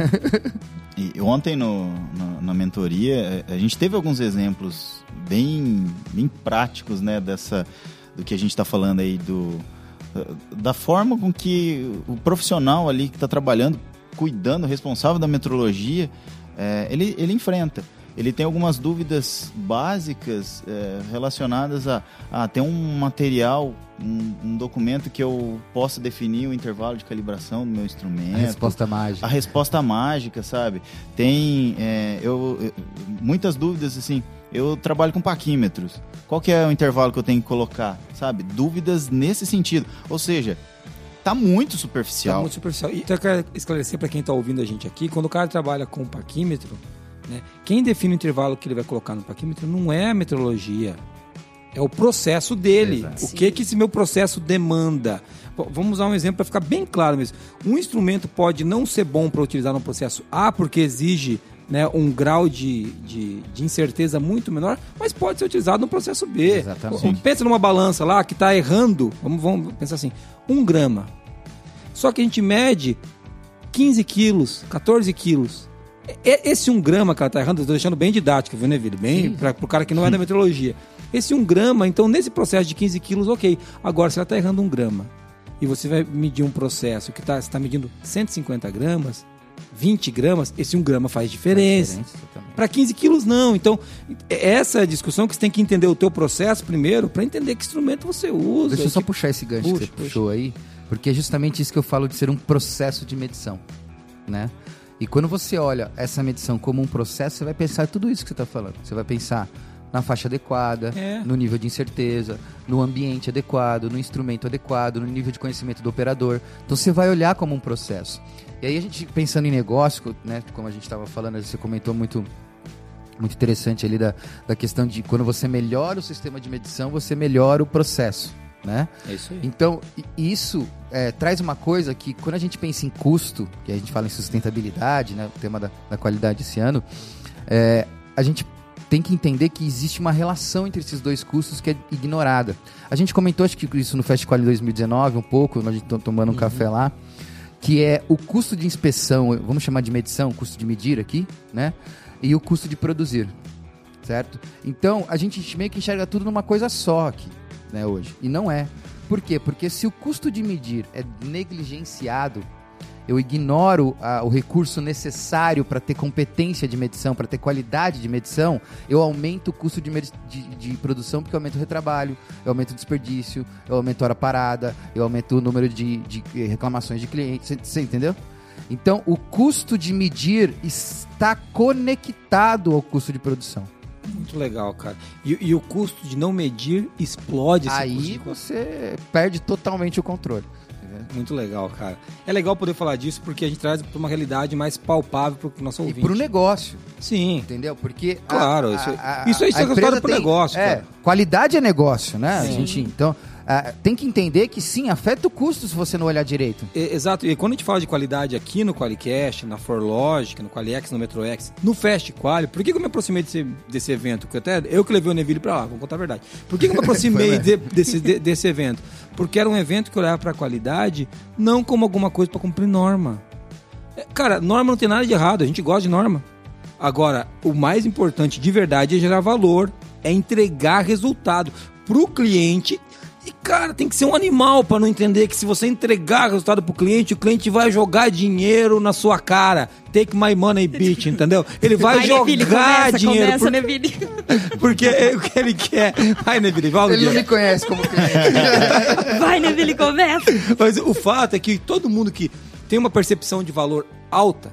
E ontem no, no- na mentoria, a gente teve alguns exemplos bem, bem práticos, né, dessa, do que a gente está falando aí, do, da forma com que o profissional ali que está trabalhando, cuidando, responsável da metrologia, é, ele, ele enfrenta. Ele tem algumas dúvidas básicas é, relacionadas a, a ter um material, um, um documento que eu possa definir o intervalo de calibração do meu instrumento. A resposta mágica. A resposta mágica, sabe? Tem é, eu, eu- muitas dúvidas, assim. Eu trabalho com paquímetros. Qual que é o intervalo que eu tenho que colocar? Sabe? Dúvidas nesse sentido. Ou seja, tá muito superficial. Tá muito superficial. E eu quero esclarecer para quem está ouvindo a gente aqui, quando o cara trabalha com paquímetro, né, quem define o intervalo que ele vai colocar no paquímetro não é a metrologia, é o processo dele. Exato. O que que esse meu processo demanda? Pô, vamos usar um exemplo para ficar bem claro mesmo. Um instrumento pode não ser bom para utilizar no processo A porque exige, né, um grau de, de, de incerteza muito menor, mas pode ser utilizado no processo B. Exatamente. Pensa numa balança lá que está errando, vamos, vamos pensar assim, um grama. Só que a gente mede quinze quilos, quatorze quilos. E- Esse um grama que ela está errando, eu estou deixando bem didático, viu, né, Vili? Bem para o cara que não é da metrologia. Esse um grama, então nesse processo de quinze quilos, ok. Agora, se ela está errando um grama e você vai medir um processo que tá, você está medindo cento e cinquenta gramas, vinte gramas, esse um grama faz diferença. Faz diferença Para quinze quilos, não. Então, essa é a discussão que você tem que entender o teu processo primeiro para entender que instrumento você usa. Deixa eu só que... puxar esse gancho puxa, que você puxa. puxou aí, porque é justamente isso que eu falo de ser um processo de medição, né? E quando você olha essa medição como um processo, você vai pensar tudo isso que você está falando. Você vai pensar na faixa adequada, É. no nível de incerteza, no ambiente adequado, no instrumento adequado, no nível de conhecimento do operador. Então você vai olhar como um processo. E aí a gente pensando em negócio, né, como a gente estava falando, você comentou muito, muito interessante ali da, da questão de quando você melhora o sistema de medição, você melhora o processo, né? É isso aí. Então, i- isso é, traz uma coisa que quando a gente pensa em custo, que a gente fala em sustentabilidade, né, o tema da, da qualidade esse ano, é, a gente tem que entender que existe uma relação entre esses dois custos que é ignorada. A gente comentou, acho que isso no Festival dois mil e dezenove, um pouco, nós estamos tomando um café lá, que é o custo de inspeção, vamos chamar de medição, custo de medir aqui, né? E o custo de produzir, certo? Então, a gente meio que enxerga tudo numa coisa só aqui, né, hoje. E não é. Por quê? Porque se o custo de medir é negligenciado, eu ignoro ah, o recurso necessário para ter competência de medição, para ter qualidade de medição, eu aumento o custo de, med- de, de produção porque eu aumento o retrabalho, eu aumento o desperdício, eu aumento a hora parada, eu aumento o número de, de reclamações de clientes, você, você entendeu? Então, o custo de medir está conectado ao custo de produção. Muito legal, cara. E, e o custo de não medir explode esse custo Aí de- você perde totalmente o controle. Muito legal, cara. É legal poder falar disso porque a gente traz para uma realidade mais palpável para o nosso E ouvinte. para o negócio, Sim. entendeu? Porque a- Claro, a- isso- a- isso aí a é resultado empresa pro tem- negócio, É, cara. qualidade é negócio, né? A Sim. gente, então, ah, tem que entender que sim, afeta o custo se você não olhar direito. É, exato. E quando a gente fala de qualidade aqui no QualiCast, na ForLogic, no QualiX, no MetroX, no Fast Quali, por que, que eu me aproximei desse, desse evento? Que até eu que levei o Neville pra lá, vou contar a verdade. Por que, que eu me aproximei de- desse, de- desse evento? Porque era um evento que olhava pra qualidade não como alguma coisa pra cumprir norma. É, Cara, norma não tem nada de errado, a gente gosta de norma. Agora, o mais importante de verdade é gerar valor, é entregar resultado pro cliente. E, cara, tem que ser um animal pra não entender que se você entregar resultado pro cliente, o cliente vai jogar dinheiro na sua cara. Take my money, bitch, entendeu? Ele vai, Vai, jogar Neville, começa, dinheiro. começa, por- Neville. Porque é o que ele quer. Vai, Neville, vai, Ele não Neville. me conhece como cliente. Vai, Neville, começa. Mas o fato é que todo mundo que tem uma percepção de valor alta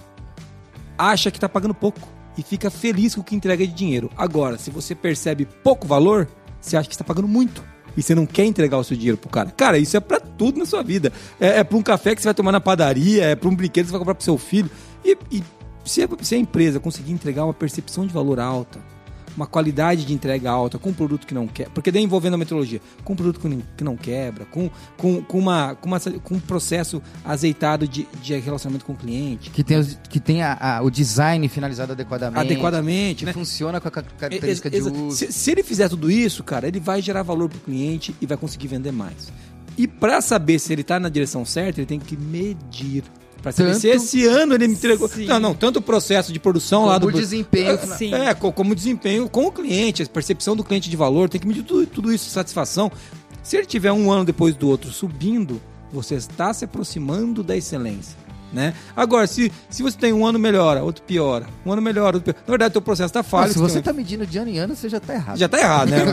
acha que tá pagando pouco e fica feliz com o que entrega de dinheiro. Agora, se você percebe pouco valor, você acha que está pagando muito. E você não quer entregar o seu dinheiro pro cara. Cara, isso é pra tudo na sua vida. É, é pra um café que você vai tomar na padaria, é pra um brinquedo que você vai comprar pro seu filho. E, e se, a, se a empresa conseguir entregar uma percepção de valor alta, uma qualidade de entrega alta, com um produto que não quebra, porque daí envolvendo a metrologia, com um produto que não, que não quebra, com, com, com, uma, com, uma, com um processo azeitado de, de relacionamento com o cliente, Que tem, os- que tem a- a- o design finalizado adequadamente. adequadamente, Que né? funciona com a ca- característica Ex- de exa- uso. Se, se ele fizer tudo isso, cara, ele vai gerar valor pro cliente e vai conseguir vender mais. E pra saber se ele tá na direção certa, ele tem que medir. Pra saber Tanto- se esse ano ele me entregou. Sim. Não, não, tanto o processo de produção lá do. Como o desempenho. Sim. É, co- como desempenho com o cliente, a percepção do cliente de valor, tem que medir tudo, tudo isso, satisfação. Se ele tiver um ano depois do outro subindo, você está se aproximando da excelência, né? Agora, se, se você tem um ano melhora, outro piora, um ano melhora, outro piora. Na verdade, teu processo está Não, falho. se você tem- tá medindo de ano em ano, você já tá errado. Já tá errado, né?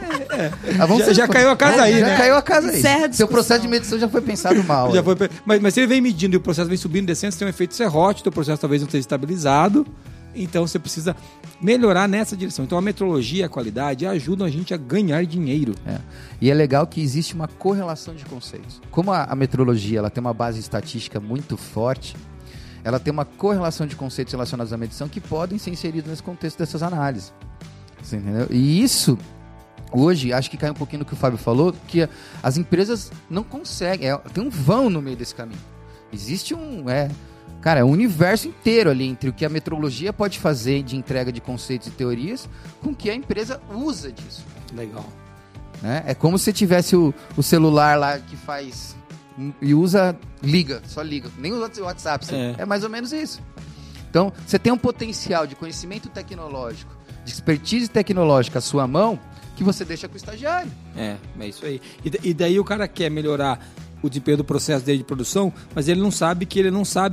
Ah, vamos já- ser- já caiu a casa É, aí, já né? caiu a casa aí. Encerra a Seu discussão. processo de medição já foi pensado mal. Já aí. foi, mas, mas se ele vem medindo e o processo vem subindo, descendo, você tem um efeito serrote, teu processo talvez não esteja estabilizado. Então você precisa melhorar nessa direção. Então a metrologia e a qualidade ajudam a gente a ganhar dinheiro. É. E é legal que existe uma correlação de conceitos. Como a, a metrologia ela tem uma base estatística muito forte, ela tem uma correlação de conceitos relacionados à medição que podem ser inseridos nesse contexto dessas análises. Você entendeu? E isso, hoje, acho que cai um pouquinho no que o Fábio falou, que as empresas não conseguem, é, tem um vão no meio desse caminho. Existe um, é, cara, é um universo inteiro ali entre o que a metrologia pode fazer de entrega de conceitos e teorias com o que a empresa usa disso. Legal. Né? É como se tivesse o, o celular lá que faz e usa, liga, só liga, nem usa o WhatsApp, você- É. é mais ou menos isso. Então, você tem um potencial de conhecimento tecnológico, de expertise tecnológica à sua mão, que você deixa com o estagiário. É, é isso aí. E, da- e daí o cara quer melhorar o desempenho do processo dele de produção, mas ele não sabe que ele não sabe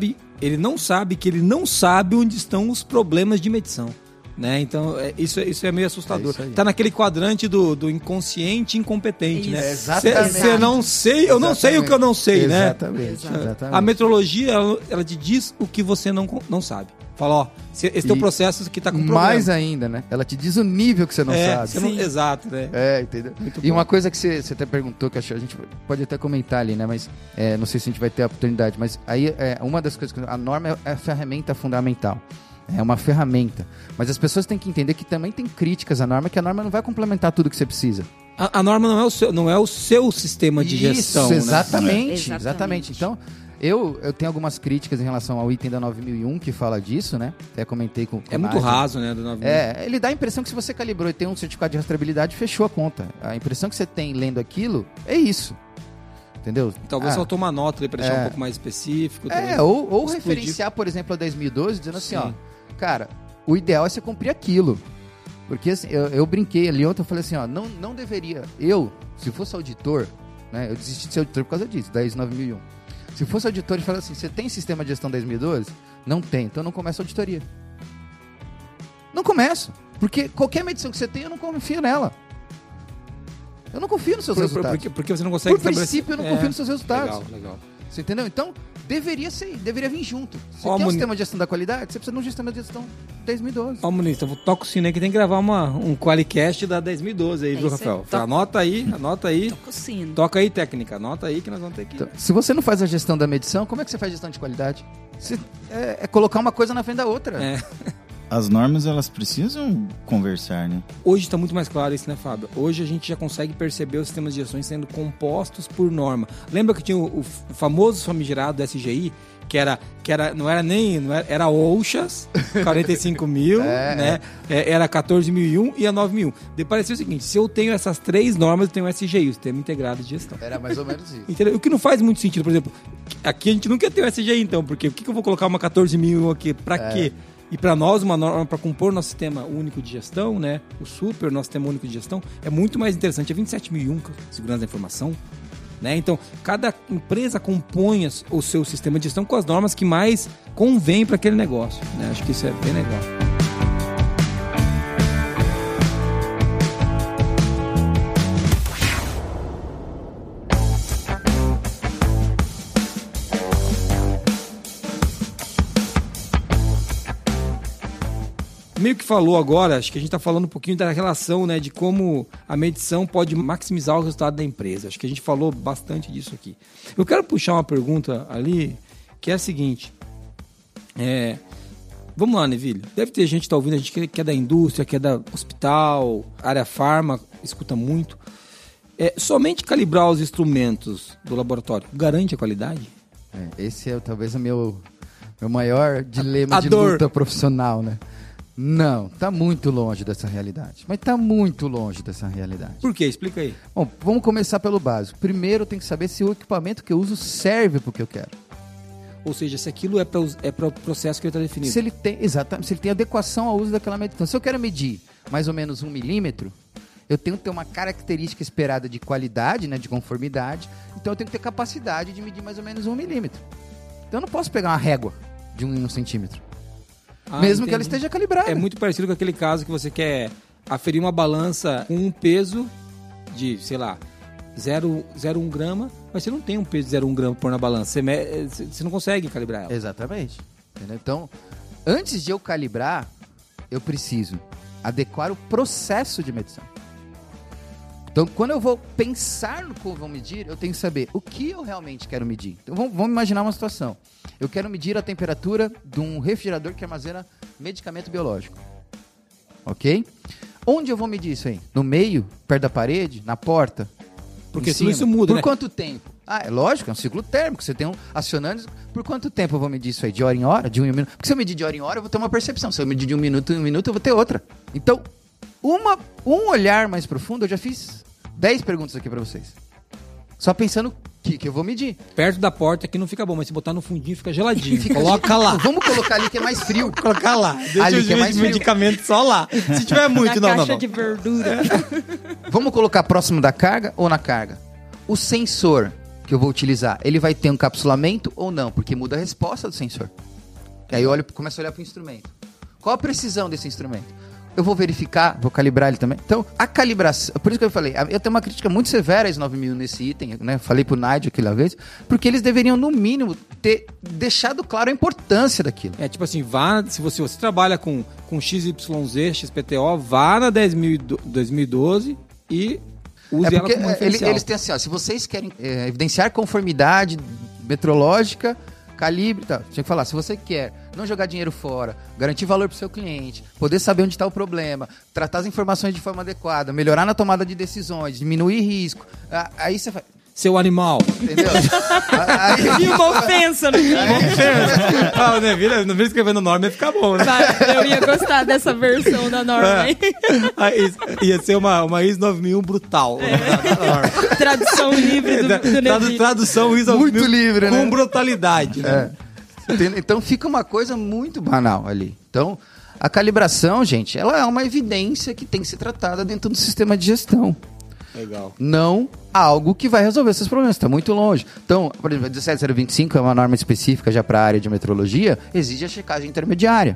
ele não sabe que ele não sabe onde estão os problemas de medição. Né? Então, é, isso, isso é meio assustador. É tá naquele quadrante do, do inconsciente incompetente, isso. né? Exatamente. Você não sei, eu Exatamente. não sei o que eu não sei, Exatamente. né? Exatamente. A metrologia, ela, ela te diz o que você não, não sabe. Fala, ó, esse é o processo que tá com problema. Mais ainda, né? Ela te diz o nível que você não é, sabe. Você não, exato, né? É, entendeu? Muito e bom. Uma coisa que você, você até perguntou, que acho, a gente pode até comentar ali, né? Mas é, não sei se a gente vai ter a oportunidade, mas aí é, uma das coisas que a norma é, é a ferramenta fundamental. É uma ferramenta. Mas as pessoas têm que entender que também tem críticas à norma, que a norma não vai complementar tudo que você precisa. A, a norma não é, o seu, não é o seu sistema de Isso, gestão. Exatamente, né? exatamente. exatamente. Então, eu, eu tenho algumas críticas em relação ao item da nove mil e um que fala disso, né? Até comentei com, com É muito raso, né? Do nove mil. É, ele dá a impressão que se você calibrou e tem um certificado de rastreabilidade, fechou a conta. A impressão que você tem lendo aquilo é isso. Entendeu? Talvez ah, só tomar nota para deixar é, um pouco mais específico. É, ou, ou referenciar, por exemplo, a dez mil e doze, dizendo assim, Sim. ó, cara, o ideal é você cumprir aquilo. Porque assim, eu, eu brinquei ali ontem, eu falei assim, ó, não, não deveria, eu, se fosse auditor, né, eu desisti de ser auditor por causa disso, da I S O nove mil e um. Se fosse auditor e falasse assim, você tem sistema de gestão dez mil e doze? Não tem, então não começa a auditoria. Não começo, porque qualquer medição que você tem, eu não confio nela. Eu não confio nos seus por, resultados. Porque, porque você não consegue... Por princípio, eu não é, confio nos seus resultados. Legal, legal. Você entendeu? Então, deveria ser, deveria vir junto. Você Ó, quer um Muni... sistema de gestão da qualidade, você precisa de um sistema de gestão dez mil e doze. Ó, Muniz, então toca o sino aí que tem que gravar uma, um Qualicast da dez mil e doze aí, é viu, Rafael? Aí. Anota aí, anota aí. Toca o sino. Toca aí, técnica. Anota aí que nós vamos ter que... Então, se você não faz a gestão da medição, como é que você faz gestão de qualidade? Você, é, é colocar uma coisa na frente da outra. É. As normas, elas precisam conversar, né? Hoje está muito mais claro isso, né, Fábio? Hoje a gente já consegue perceber os sistemas de gestão sendo compostos por norma. Lembra que tinha o, o famoso famigerado S G I, que era, que era não era nem, não era, era OSHAS, quarenta e cinco mil, é, né? É. Era quatorze mil e um e a nove mil e um. Daí parecia o seguinte, se eu tenho essas três normas, eu tenho o S G I, o Sistema Integrado de Gestão. Era mais ou menos isso. Entendeu? O que não faz muito sentido, por exemplo, aqui a gente não quer ter o S G I, então, porque o que, que eu vou colocar uma quatorze mil e um aqui? Pra é. quê? E para nós, uma norma para compor nosso sistema único de gestão, né? O super, nosso sistema único de gestão, é muito mais interessante. É vinte e sete mil e um, segurança da informação. Né? Então, cada empresa compõe o seu sistema de gestão com as normas que mais convém para aquele negócio. Né? Acho que isso é bem legal. Meio que falou agora, acho que a gente está falando um pouquinho da relação, né, de como a medição pode maximizar o resultado da empresa. Acho que a gente falou bastante disso aqui. Eu quero puxar uma pergunta ali, que é a seguinte. É, vamos lá, Nevilho. Deve ter gente que está ouvindo, a gente que é da indústria, que é da hospital, área farma, escuta muito. É, somente calibrar os instrumentos do laboratório garante a qualidade? É, esse é talvez o meu, meu maior dilema a de dor. luta profissional, né? Não, tá muito longe dessa realidade. Mas tá muito longe dessa realidade. Por quê? Explica aí. Bom, vamos começar pelo básico. Primeiro eu tenho que saber se o equipamento que eu uso serve para o que eu quero. Ou seja, se aquilo é para é para o processo que ele está definido. Se ele tem, exatamente, se ele tem adequação ao uso daquela medição. Se eu quero medir mais ou menos um milímetro, eu tenho que ter uma característica esperada de qualidade, né, de conformidade. Então eu tenho que ter capacidade de medir mais ou menos um milímetro. Então eu não posso pegar uma régua de um, um centímetro. Ah, mesmo entendi. Que ela esteja calibrada. É muito parecido com aquele caso que você quer aferir uma balança com um peso de, sei lá, zero vírgula um grama, mas você não tem um peso de zero vírgula um grama por na balança. Você, me... você não consegue calibrar ela. Exatamente. Entendeu? Então, antes de eu calibrar, eu preciso adequar o processo de medição. Então, quando eu vou pensar no que eu vou medir, eu tenho que saber o que eu realmente quero medir. Então, vamos, vamos imaginar uma situação. Eu quero medir a temperatura de um refrigerador que armazena medicamento biológico. Ok? Onde eu vou medir isso aí? No meio? Perto da parede? Na porta? Porque senão isso muda, Por né? quanto tempo? Ah, é lógico, é um ciclo térmico. Você tem um acionando. Por quanto tempo eu vou medir isso aí? De hora em hora? De um em um minuto? Porque se eu medir de hora em hora, eu vou ter uma percepção. Se eu medir de um minuto em um minuto, eu vou ter outra. Então, uma, um olhar mais profundo, eu já fiz dez perguntas aqui pra vocês. Só pensando o que, que eu vou medir. Perto da porta aqui não fica bom, mas se botar no fundinho fica geladinho. Fica Coloca lá. Vamos colocar ali que é mais frio. Colocar lá. Deixa ali os que é mais frio. medicamentos só lá. Se tiver muito, na não, caixa não, não. de verdura. Vamos colocar próximo da carga ou na carga? O sensor que eu vou utilizar, ele vai ter um encapsulamento ou não? Porque muda a resposta do sensor. Aí eu olho, começo a olhar para o instrumento. Qual a precisão desse instrumento? Eu vou verificar, vou calibrar ele também. Então, a calibração... Por isso que eu falei, eu tenho uma crítica muito severa às nove mil nesse item, né? Falei pro Nádio aquela vez, porque eles deveriam, no mínimo, ter deixado claro a importância daquilo. É, tipo assim, vá... Se você, você trabalha com, com X Y Z, X P T O, vá na dez mil e doze e use é porque ela como eles, referencial. eles têm assim, ó, se vocês querem é, evidenciar conformidade metrológica, calibre e tal, tinha que falar, se você quer não jogar dinheiro fora, garantir valor para o seu cliente, poder saber onde está o problema, tratar as informações de forma adequada, melhorar na tomada de decisões, diminuir risco, aí você faz... Seu animal. Entendeu? Aí... E uma ofensa no fim. Uma ofensa. Ah, o Neville, não escrevendo norma ia ficar bom, né? Eu ia gostar dessa versão da norma, hein? É. Ia ser uma, uma I S nove mil um brutal. É. Tradução livre do, do Neville. Tradução I S nove mil muito livre, com né? brutalidade. Né? É. Então fica uma coisa muito banal ali. Então, a calibração, gente, ela é uma evidência que tem que ser tratada dentro do sistema de gestão. Legal. Não algo que vai resolver esses problemas, está muito longe. Então, por exemplo, a dezessete zero vinte e cinco é uma norma específica já para a área de metrologia, exige a checagem intermediária.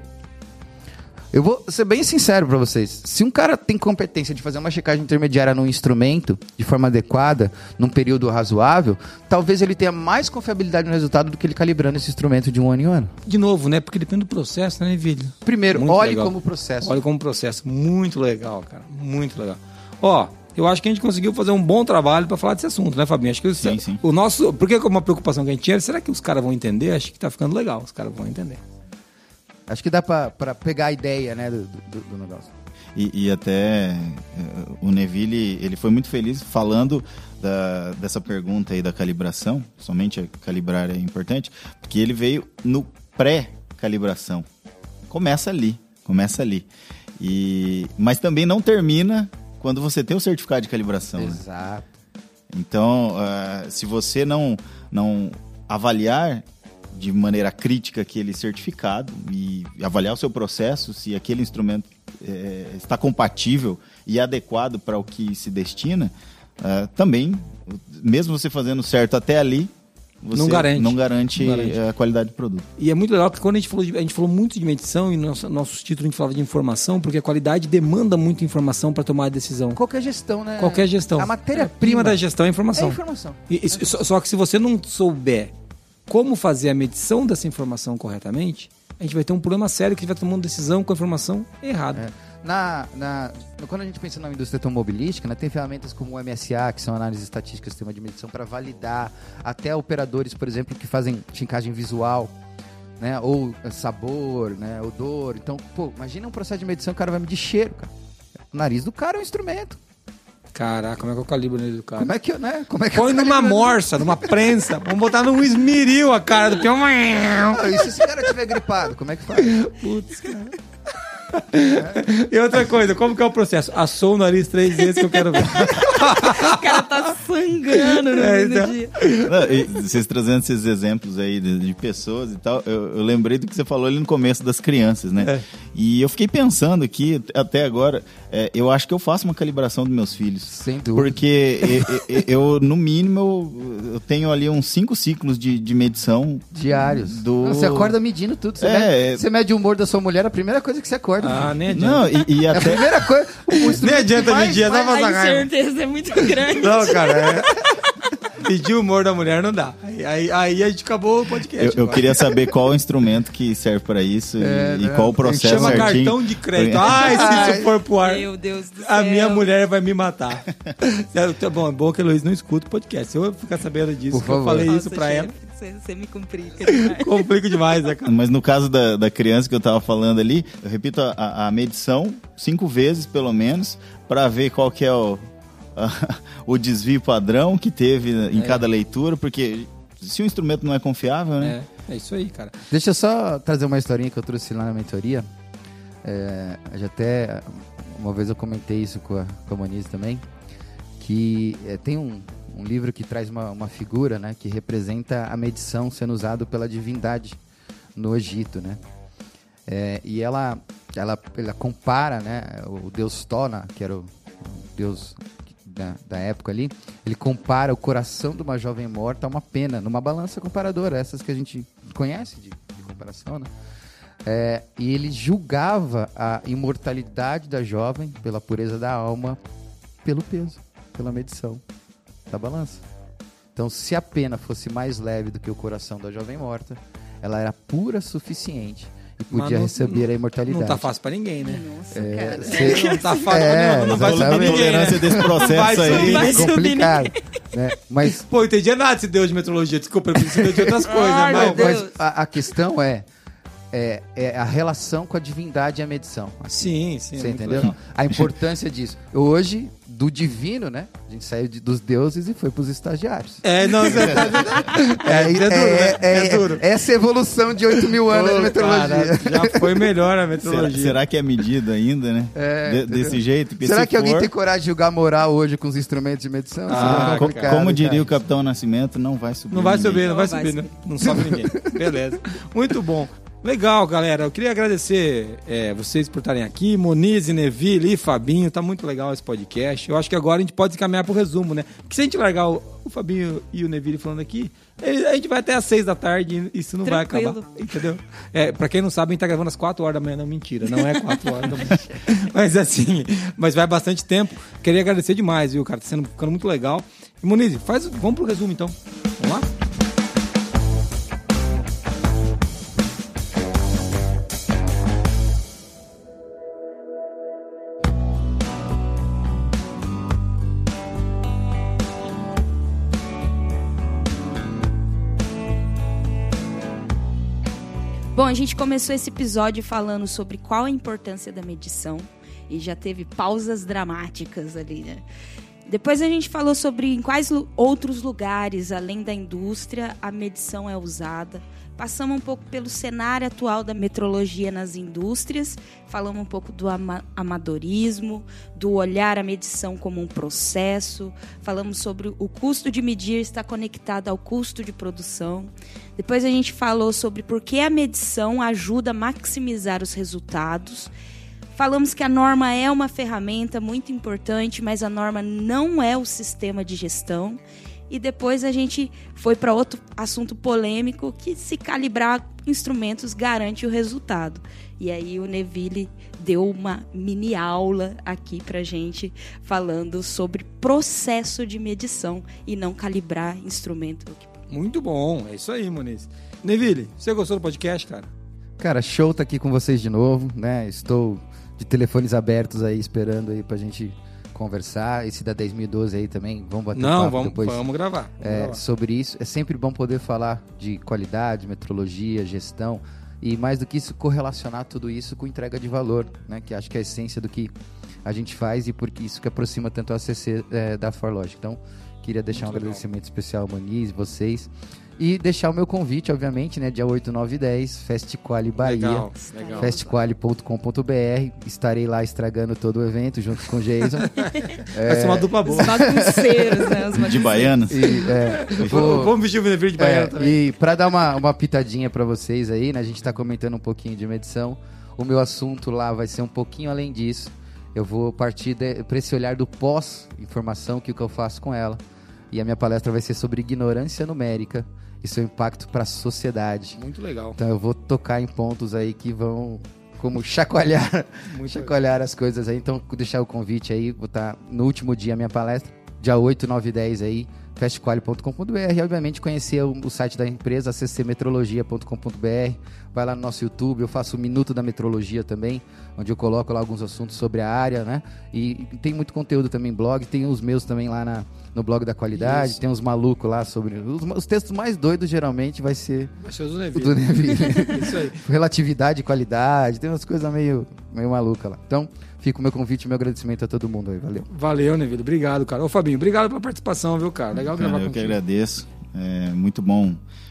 Eu vou ser bem sincero para vocês. Se um cara tem competência de fazer uma checagem intermediária num instrumento de forma adequada, num período razoável, talvez ele tenha mais confiabilidade no resultado do que ele calibrando esse instrumento de um ano em um ano. De novo, né? Porque depende do processo, né, Neville? Primeiro, Muito olhe legal. como processo. Olhe como processo. Muito legal, cara. Muito legal. Ó... Eu acho que a gente conseguiu fazer um bom trabalho para falar desse assunto, né, Fabinho? Acho que sim, o, sim. o nosso... Porque uma preocupação que a gente tinha, será que os caras vão entender? Acho que tá ficando legal, os caras vão entender. Acho que dá para pegar a ideia, né, do, do, do negócio. E, e até uh, o Neville, ele foi muito feliz falando da, dessa pergunta aí da calibração, somente a calibrar é importante, porque ele veio no pré-calibração. Começa ali, começa ali. E, mas também não termina quando você tem o certificado de calibração. Exato. Né? Então, uh, se você não, não avaliar de maneira crítica aquele certificado e avaliar o seu processo, se aquele instrumento é, está compatível e adequado para o que se destina, uh, também, mesmo você fazendo certo até ali, você não garante, não garante, não garante a qualidade do produto. E é muito legal que quando a gente falou, de, a gente falou muito de medição e no nosso, nossos títulos a gente falava de informação, porque a qualidade demanda muita informação para tomar a decisão. Qualquer gestão, né? Qualquer gestão. A matéria-prima da gestão é informação. É informação. E, e, só, só que se você não souber como fazer a medição dessa informação corretamente, a gente vai ter um problema sério que a gente vai tomando decisão com a informação errada. É. Na, na, quando a gente pensa na indústria automobilística, né, tem ferramentas como o M S A, que são análises estatísticas, sistema de medição, para validar, até operadores, por exemplo, que fazem checagem visual, né, ou sabor, né, odor. Então, pô, imagina um processo de medição, o cara vai medir cheiro, cara. O nariz do cara é um instrumento. Caraca, como é que eu calibro nele do cara? Como é que, né? Como é que Põe numa morsa, numa prensa. Vamos botar num esmeril a cara do peão. Ah, e se esse cara tiver gripado, como é que faz? Putz, cara. É. E outra coisa, como que é o processo? Assou o nariz três vezes que eu quero ver. O cara tá sangrando no é, fim então... do dia. Não, e vocês trazendo esses exemplos aí de, de pessoas e tal, eu, eu lembrei do que você falou ali no começo das crianças, né? É. E eu fiquei pensando aqui, até agora, é, eu acho que eu faço uma calibração dos meus filhos. Sem dúvida. Porque eu, eu, no mínimo, eu, eu tenho ali uns cinco ciclos de, de medição. Diários. Do... Não, você acorda medindo tudo. Você, é, mede, você mede o humor da sua mulher, a primeira coisa que você acorda. Ah, nem adianta. Não, e, e até... É a primeira coisa... Nem adianta medir, dá pra A sacar. incerteza é muito grande. Não, cara, é... Pedir o humor da mulher não dá. Aí, aí, aí a gente acabou o podcast. Eu, eu queria saber qual o instrumento que serve pra isso é, e, e né? qual o processo chama certinho. Cartão de crédito. Ai, se isso for pro ar, Meu Deus do céu. a minha mulher vai me matar. Tá bom, é bom que a Luiz não escuta o podcast. Se eu ficar sabendo disso, que eu falei Nossa, isso pra chefe, ela, Você, você me complica demais. complica demais, né, cara? Mas no caso da, da criança que eu tava falando ali, eu repito a, a medição cinco vezes, pelo menos, pra ver qual que é o, a, o desvio padrão que teve em é. cada leitura, porque se o instrumento não é confiável, né? É, é isso aí, cara. Deixa eu só trazer uma historinha que eu trouxe lá na mentoria. É, já até uma vez eu comentei isso com a, com a Moniz também, que é, tem um, um livro que traz uma, uma figura, né, que representa a medição sendo usado pela divindade no Egito, né? É, e ela, ela, ela compara, né, o deus Tona, que era o deus da, da época ali, ele compara o coração de uma jovem morta a uma pena, numa balança comparadora, essas que a gente conhece de, de comparação, né? É, e ele julgava a imortalidade da jovem pela pureza da alma, pelo peso, pela medição da balança. Então, se a pena fosse mais leve do que o coração da jovem morta, ela era pura suficiente e podia não, receber não, a imortalidade. Não tá fácil pra ninguém, né? Nossa, É, cara. cê- Não tá fácil É, pra ninguém, não vai subir exatamente. ninguém, né? tolerância desse processo Vai aí. subir, vai subir complicado, né? Mas, Pô, eu entendi nada se deu de metrologia. Desculpa, eu pensei de outras coisas. Ai, Mas, meu Deus. mas a, a questão é, é, é a relação com a divindade e a medição. Sim, sim. Você muito entendeu? legal. A importância disso. Hoje, do divino, né? A gente saiu de- dos deuses e foi para os estagiários. É, não, você tá... É, é duro, né? É duro. Essa evolução de oito mil anos de Pô, metrologia. cara, já foi melhor a Será, metrologia. será que é medido ainda, né? É, De- entendeu? desse jeito? Porque Será se que alguém for- tem coragem de julgar moral hoje com os instrumentos de medição? Isso Ah, é Co- complicado, como diria cara. o Capitão Nascimento, não vai subir. Não vai ninguém. subir, não vai Não vai subir, né? subir. Não sobe ninguém. Beleza. Muito bom. Legal, galera. Eu queria agradecer é, vocês por estarem aqui. Moniz, Neville e Fabinho. Tá muito legal esse podcast. Eu acho que agora a gente pode encaminhar pro resumo, né? Porque se a gente largar o, o Fabinho e o Neville falando aqui, ele- a gente vai até às seis da tarde e isso não Tranquilo. vai acabar. Entendeu? É, pra quem não sabe, a gente tá gravando às quatro horas da manhã. Não, mentira. Não é quatro horas da manhã. Mas assim, mas vai bastante tempo. Queria agradecer demais, viu, cara? Tá sendo, ficando muito legal. E Moniz, faz, vamos pro resumo então. Vamos lá? Bom, a gente começou esse episódio falando sobre qual a importância da medição e já teve pausas dramáticas ali, né? Depois a gente falou sobre em quais lu- outros lugares, além da indústria, a medição é usada. Passamos um pouco pelo cenário atual da metrologia nas indústrias, falamos um pouco do ama- amadorismo, do olhar a medição como um processo, falamos sobre o custo de medir estar conectado ao custo de produção. Depois a gente falou sobre por que a medição ajuda a maximizar os resultados. Falamos que a norma é uma ferramenta muito importante, mas a norma não é o sistema de gestão. E depois a gente foi para outro assunto polêmico, que se calibrar instrumentos garante o resultado. E aí o Neville deu uma mini aula aqui pra gente, falando sobre processo de medição e não calibrar instrumento. Muito bom. É isso aí, Moniz. Neville, você gostou do podcast, cara? Cara, show tá aqui com vocês de novo, né? Estou de telefones abertos aí, esperando aí pra gente conversar. Esse da dez mil e doze aí também, vamos bater Não, papo vamos, depois vamos gravar. Vamos é, gravar. sobre isso. É sempre bom poder falar de qualidade, metrologia, gestão e, mais do que isso, correlacionar tudo isso com entrega de valor, né? Que acho que é a essência do que a gente faz e porque isso que aproxima tanto a A C C é, da ForLogic. Então, queria deixar Muito um legal. agradecimento especial ao Moniz, vocês. E deixar o meu convite, obviamente, né? Dia oito, nove e dez, Festquali Bahia. Legal, legal. festquali ponto com ponto b r. Estarei lá estragando todo o evento junto com o Jason. Vai ser uma dupla boa. Os bagunceiros, né? Os De bagunceiros. baianos? E, é, vou- Vamos vestir o Neville de baiano é, também. e para dar uma, uma pitadinha para vocês aí, né? A gente tá comentando um pouquinho de medição. O meu assunto lá vai ser um pouquinho além disso. Eu vou partir para esse olhar do pós-informação, que é o que eu faço com ela. E a minha palestra vai ser sobre ignorância numérica e seu impacto para a sociedade. Muito legal. Então eu vou tocar em pontos aí que vão como chacoalhar, Muito chacoalhar as coisas aí. Então vou deixar o convite aí, vou estar no último dia a minha palestra, dia oito, nove e dez aí, festquali ponto com ponto b r. E obviamente conhecer o, o site da empresa, c c metrologia ponto com ponto b r. Vai lá no nosso YouTube, eu faço o Minuto da Metrologia também, onde eu coloco lá alguns assuntos sobre a área, né? E, e tem muito conteúdo também, blog, tem os meus também lá na, no blog da qualidade, Isso. tem uns malucos lá sobre... Os, os textos mais doidos geralmente vai ser Vai ser o do o Neville. do Neville. Isso aí. Relatividade e qualidade, tem umas coisas meio, meio malucas lá. Então, fica o meu convite e meu agradecimento a todo mundo aí, valeu. Valeu, Neville. Obrigado, cara. Ô, Fabinho, obrigado pela participação, viu, cara? Legal Cara, gravar eu que contigo. agradeço. É muito bom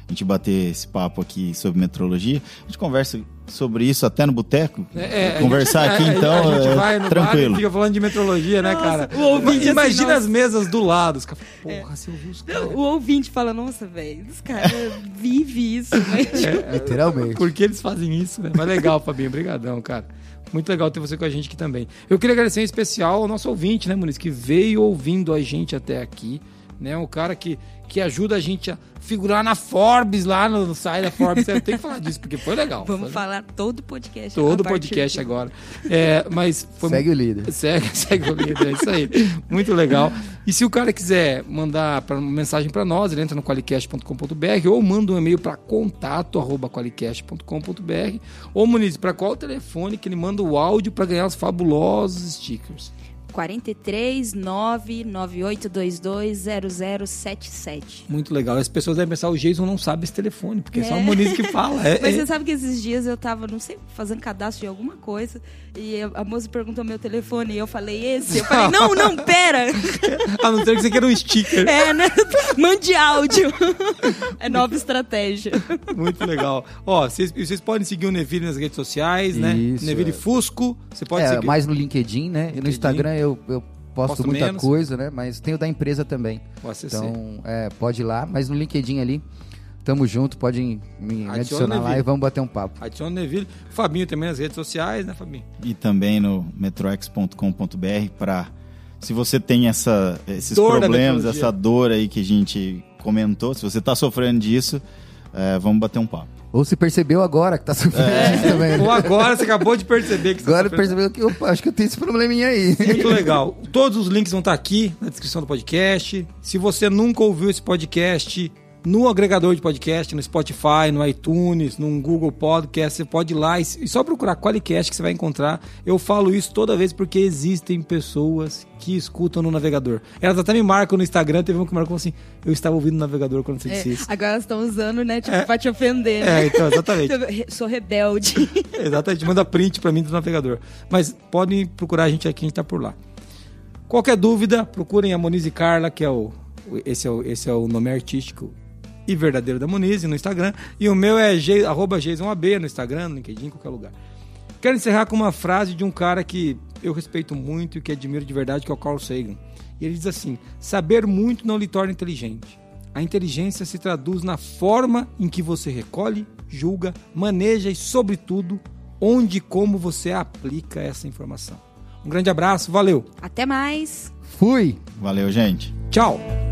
a gente bater esse papo aqui sobre metrologia. A gente conversa sobre isso até no boteco. É, Conversar gente, aqui, é, então, a gente é vai no tranquilo. bar e fica falando de metrologia, né, Nossa, cara? o ouvinte, Imagina assim, as mesas do lado. Os caras, porra, É. você ouviu os caras. O ouvinte fala, nossa, velho, os caras vivem isso, né? Literalmente. Por que eles fazem isso, né? Mas legal, Fabinho, obrigadão, cara. Muito legal ter você com a gente aqui também. Eu queria agradecer em especial ao nosso ouvinte, né, Muniz, que veio ouvindo a gente até aqui, né? O cara que, que ajuda a gente a figurar na Forbes, lá no, no site da Forbes. Eu tenho que falar disso, porque foi legal. Vamos foi falar todo o podcast. Todo a partir podcast de- agora. É, mas foi Segue o líder. Segue, segue o líder, é isso aí. Muito legal. E se o cara quiser mandar pra, uma mensagem para nós, ele entra no qualicast ponto com ponto b r ou manda um e-mail para contato arroba qualicast ponto com ponto b r. Ou, Muniz, para qual telefone que ele manda o áudio para ganhar os fabulosos stickers? quarenta e três, nove nove oito dois dois, zero zero sete sete. Muito legal. As pessoas devem pensar, o Jason não sabe esse telefone, porque é, só É. o Muniz que fala. É, Mas é- você sabe que esses dias eu tava, não sei, fazendo cadastro de alguma coisa e a moça perguntou meu telefone e eu falei esse. Eu falei, não, não, pera. A não ser que você queira um sticker. É, né? Mande áudio. É nova estratégia. Muito legal. Ó, vocês, vocês podem seguir o Neville nas redes sociais, né? Isso, Neville é. Fusco. Você pode É, seguir. mais no LinkedIn, né? E LinkedIn. no Instagram eu, eu posto, Posto muita menos. coisa, né? Mas tem o da empresa também. O A C C. Então, é, pode ir lá. Mas no LinkedIn ali, tamo junto. Pode me, me Adiciona adicionar lá Neville. e vamos bater um papo. Adiciona o Neville. Fabinho também nas redes sociais, né, Fabinho? E também no metroex ponto com ponto b r para se você tem essa, esses Dor da problemas, metrologia. essa dor aí que a gente comentou, se você está sofrendo disso, é, vamos bater um papo. Ou se percebeu agora que tá sofrendo É. isso também. Ou agora você acabou de perceber que você Agora tá sofrendo. percebeu que, opa, acho que eu tenho esse probleminha aí. Muito legal. Todos os links vão estar aqui na descrição do podcast. Se você nunca ouviu esse podcast no agregador de podcast, no Spotify, no iTunes, no Google Podcast, você pode ir lá e e só procurar Qualicast que você vai encontrar. Eu falo isso toda vez porque existem pessoas que escutam no navegador. Elas até me marcam no Instagram, teve um que marcou assim, eu estava ouvindo no navegador quando você disse É, isso. agora elas estão usando, né? Tipo, É. pra te ofender, né? É, então, exatamente. Eu sou rebelde. Exatamente, manda print pra mim do navegador. Mas podem procurar a gente aqui, a gente tá por lá. Qualquer dúvida, procurem a Moniz e Carla, que é o esse é o, esse é o nome artístico e verdadeiro da Moniz no Instagram. E o meu é G, arroba JasonAB no Instagram, no LinkedIn, em qualquer lugar. Quero encerrar com uma frase de um cara que eu respeito muito e que admiro de verdade, que é o Carl Sagan. E ele diz assim: saber muito não lhe torna inteligente. A inteligência se traduz na forma em que você recolhe, julga, maneja e, sobretudo, onde e como você aplica essa informação. Um grande abraço, valeu! Até mais. Fui! Valeu, gente. Tchau!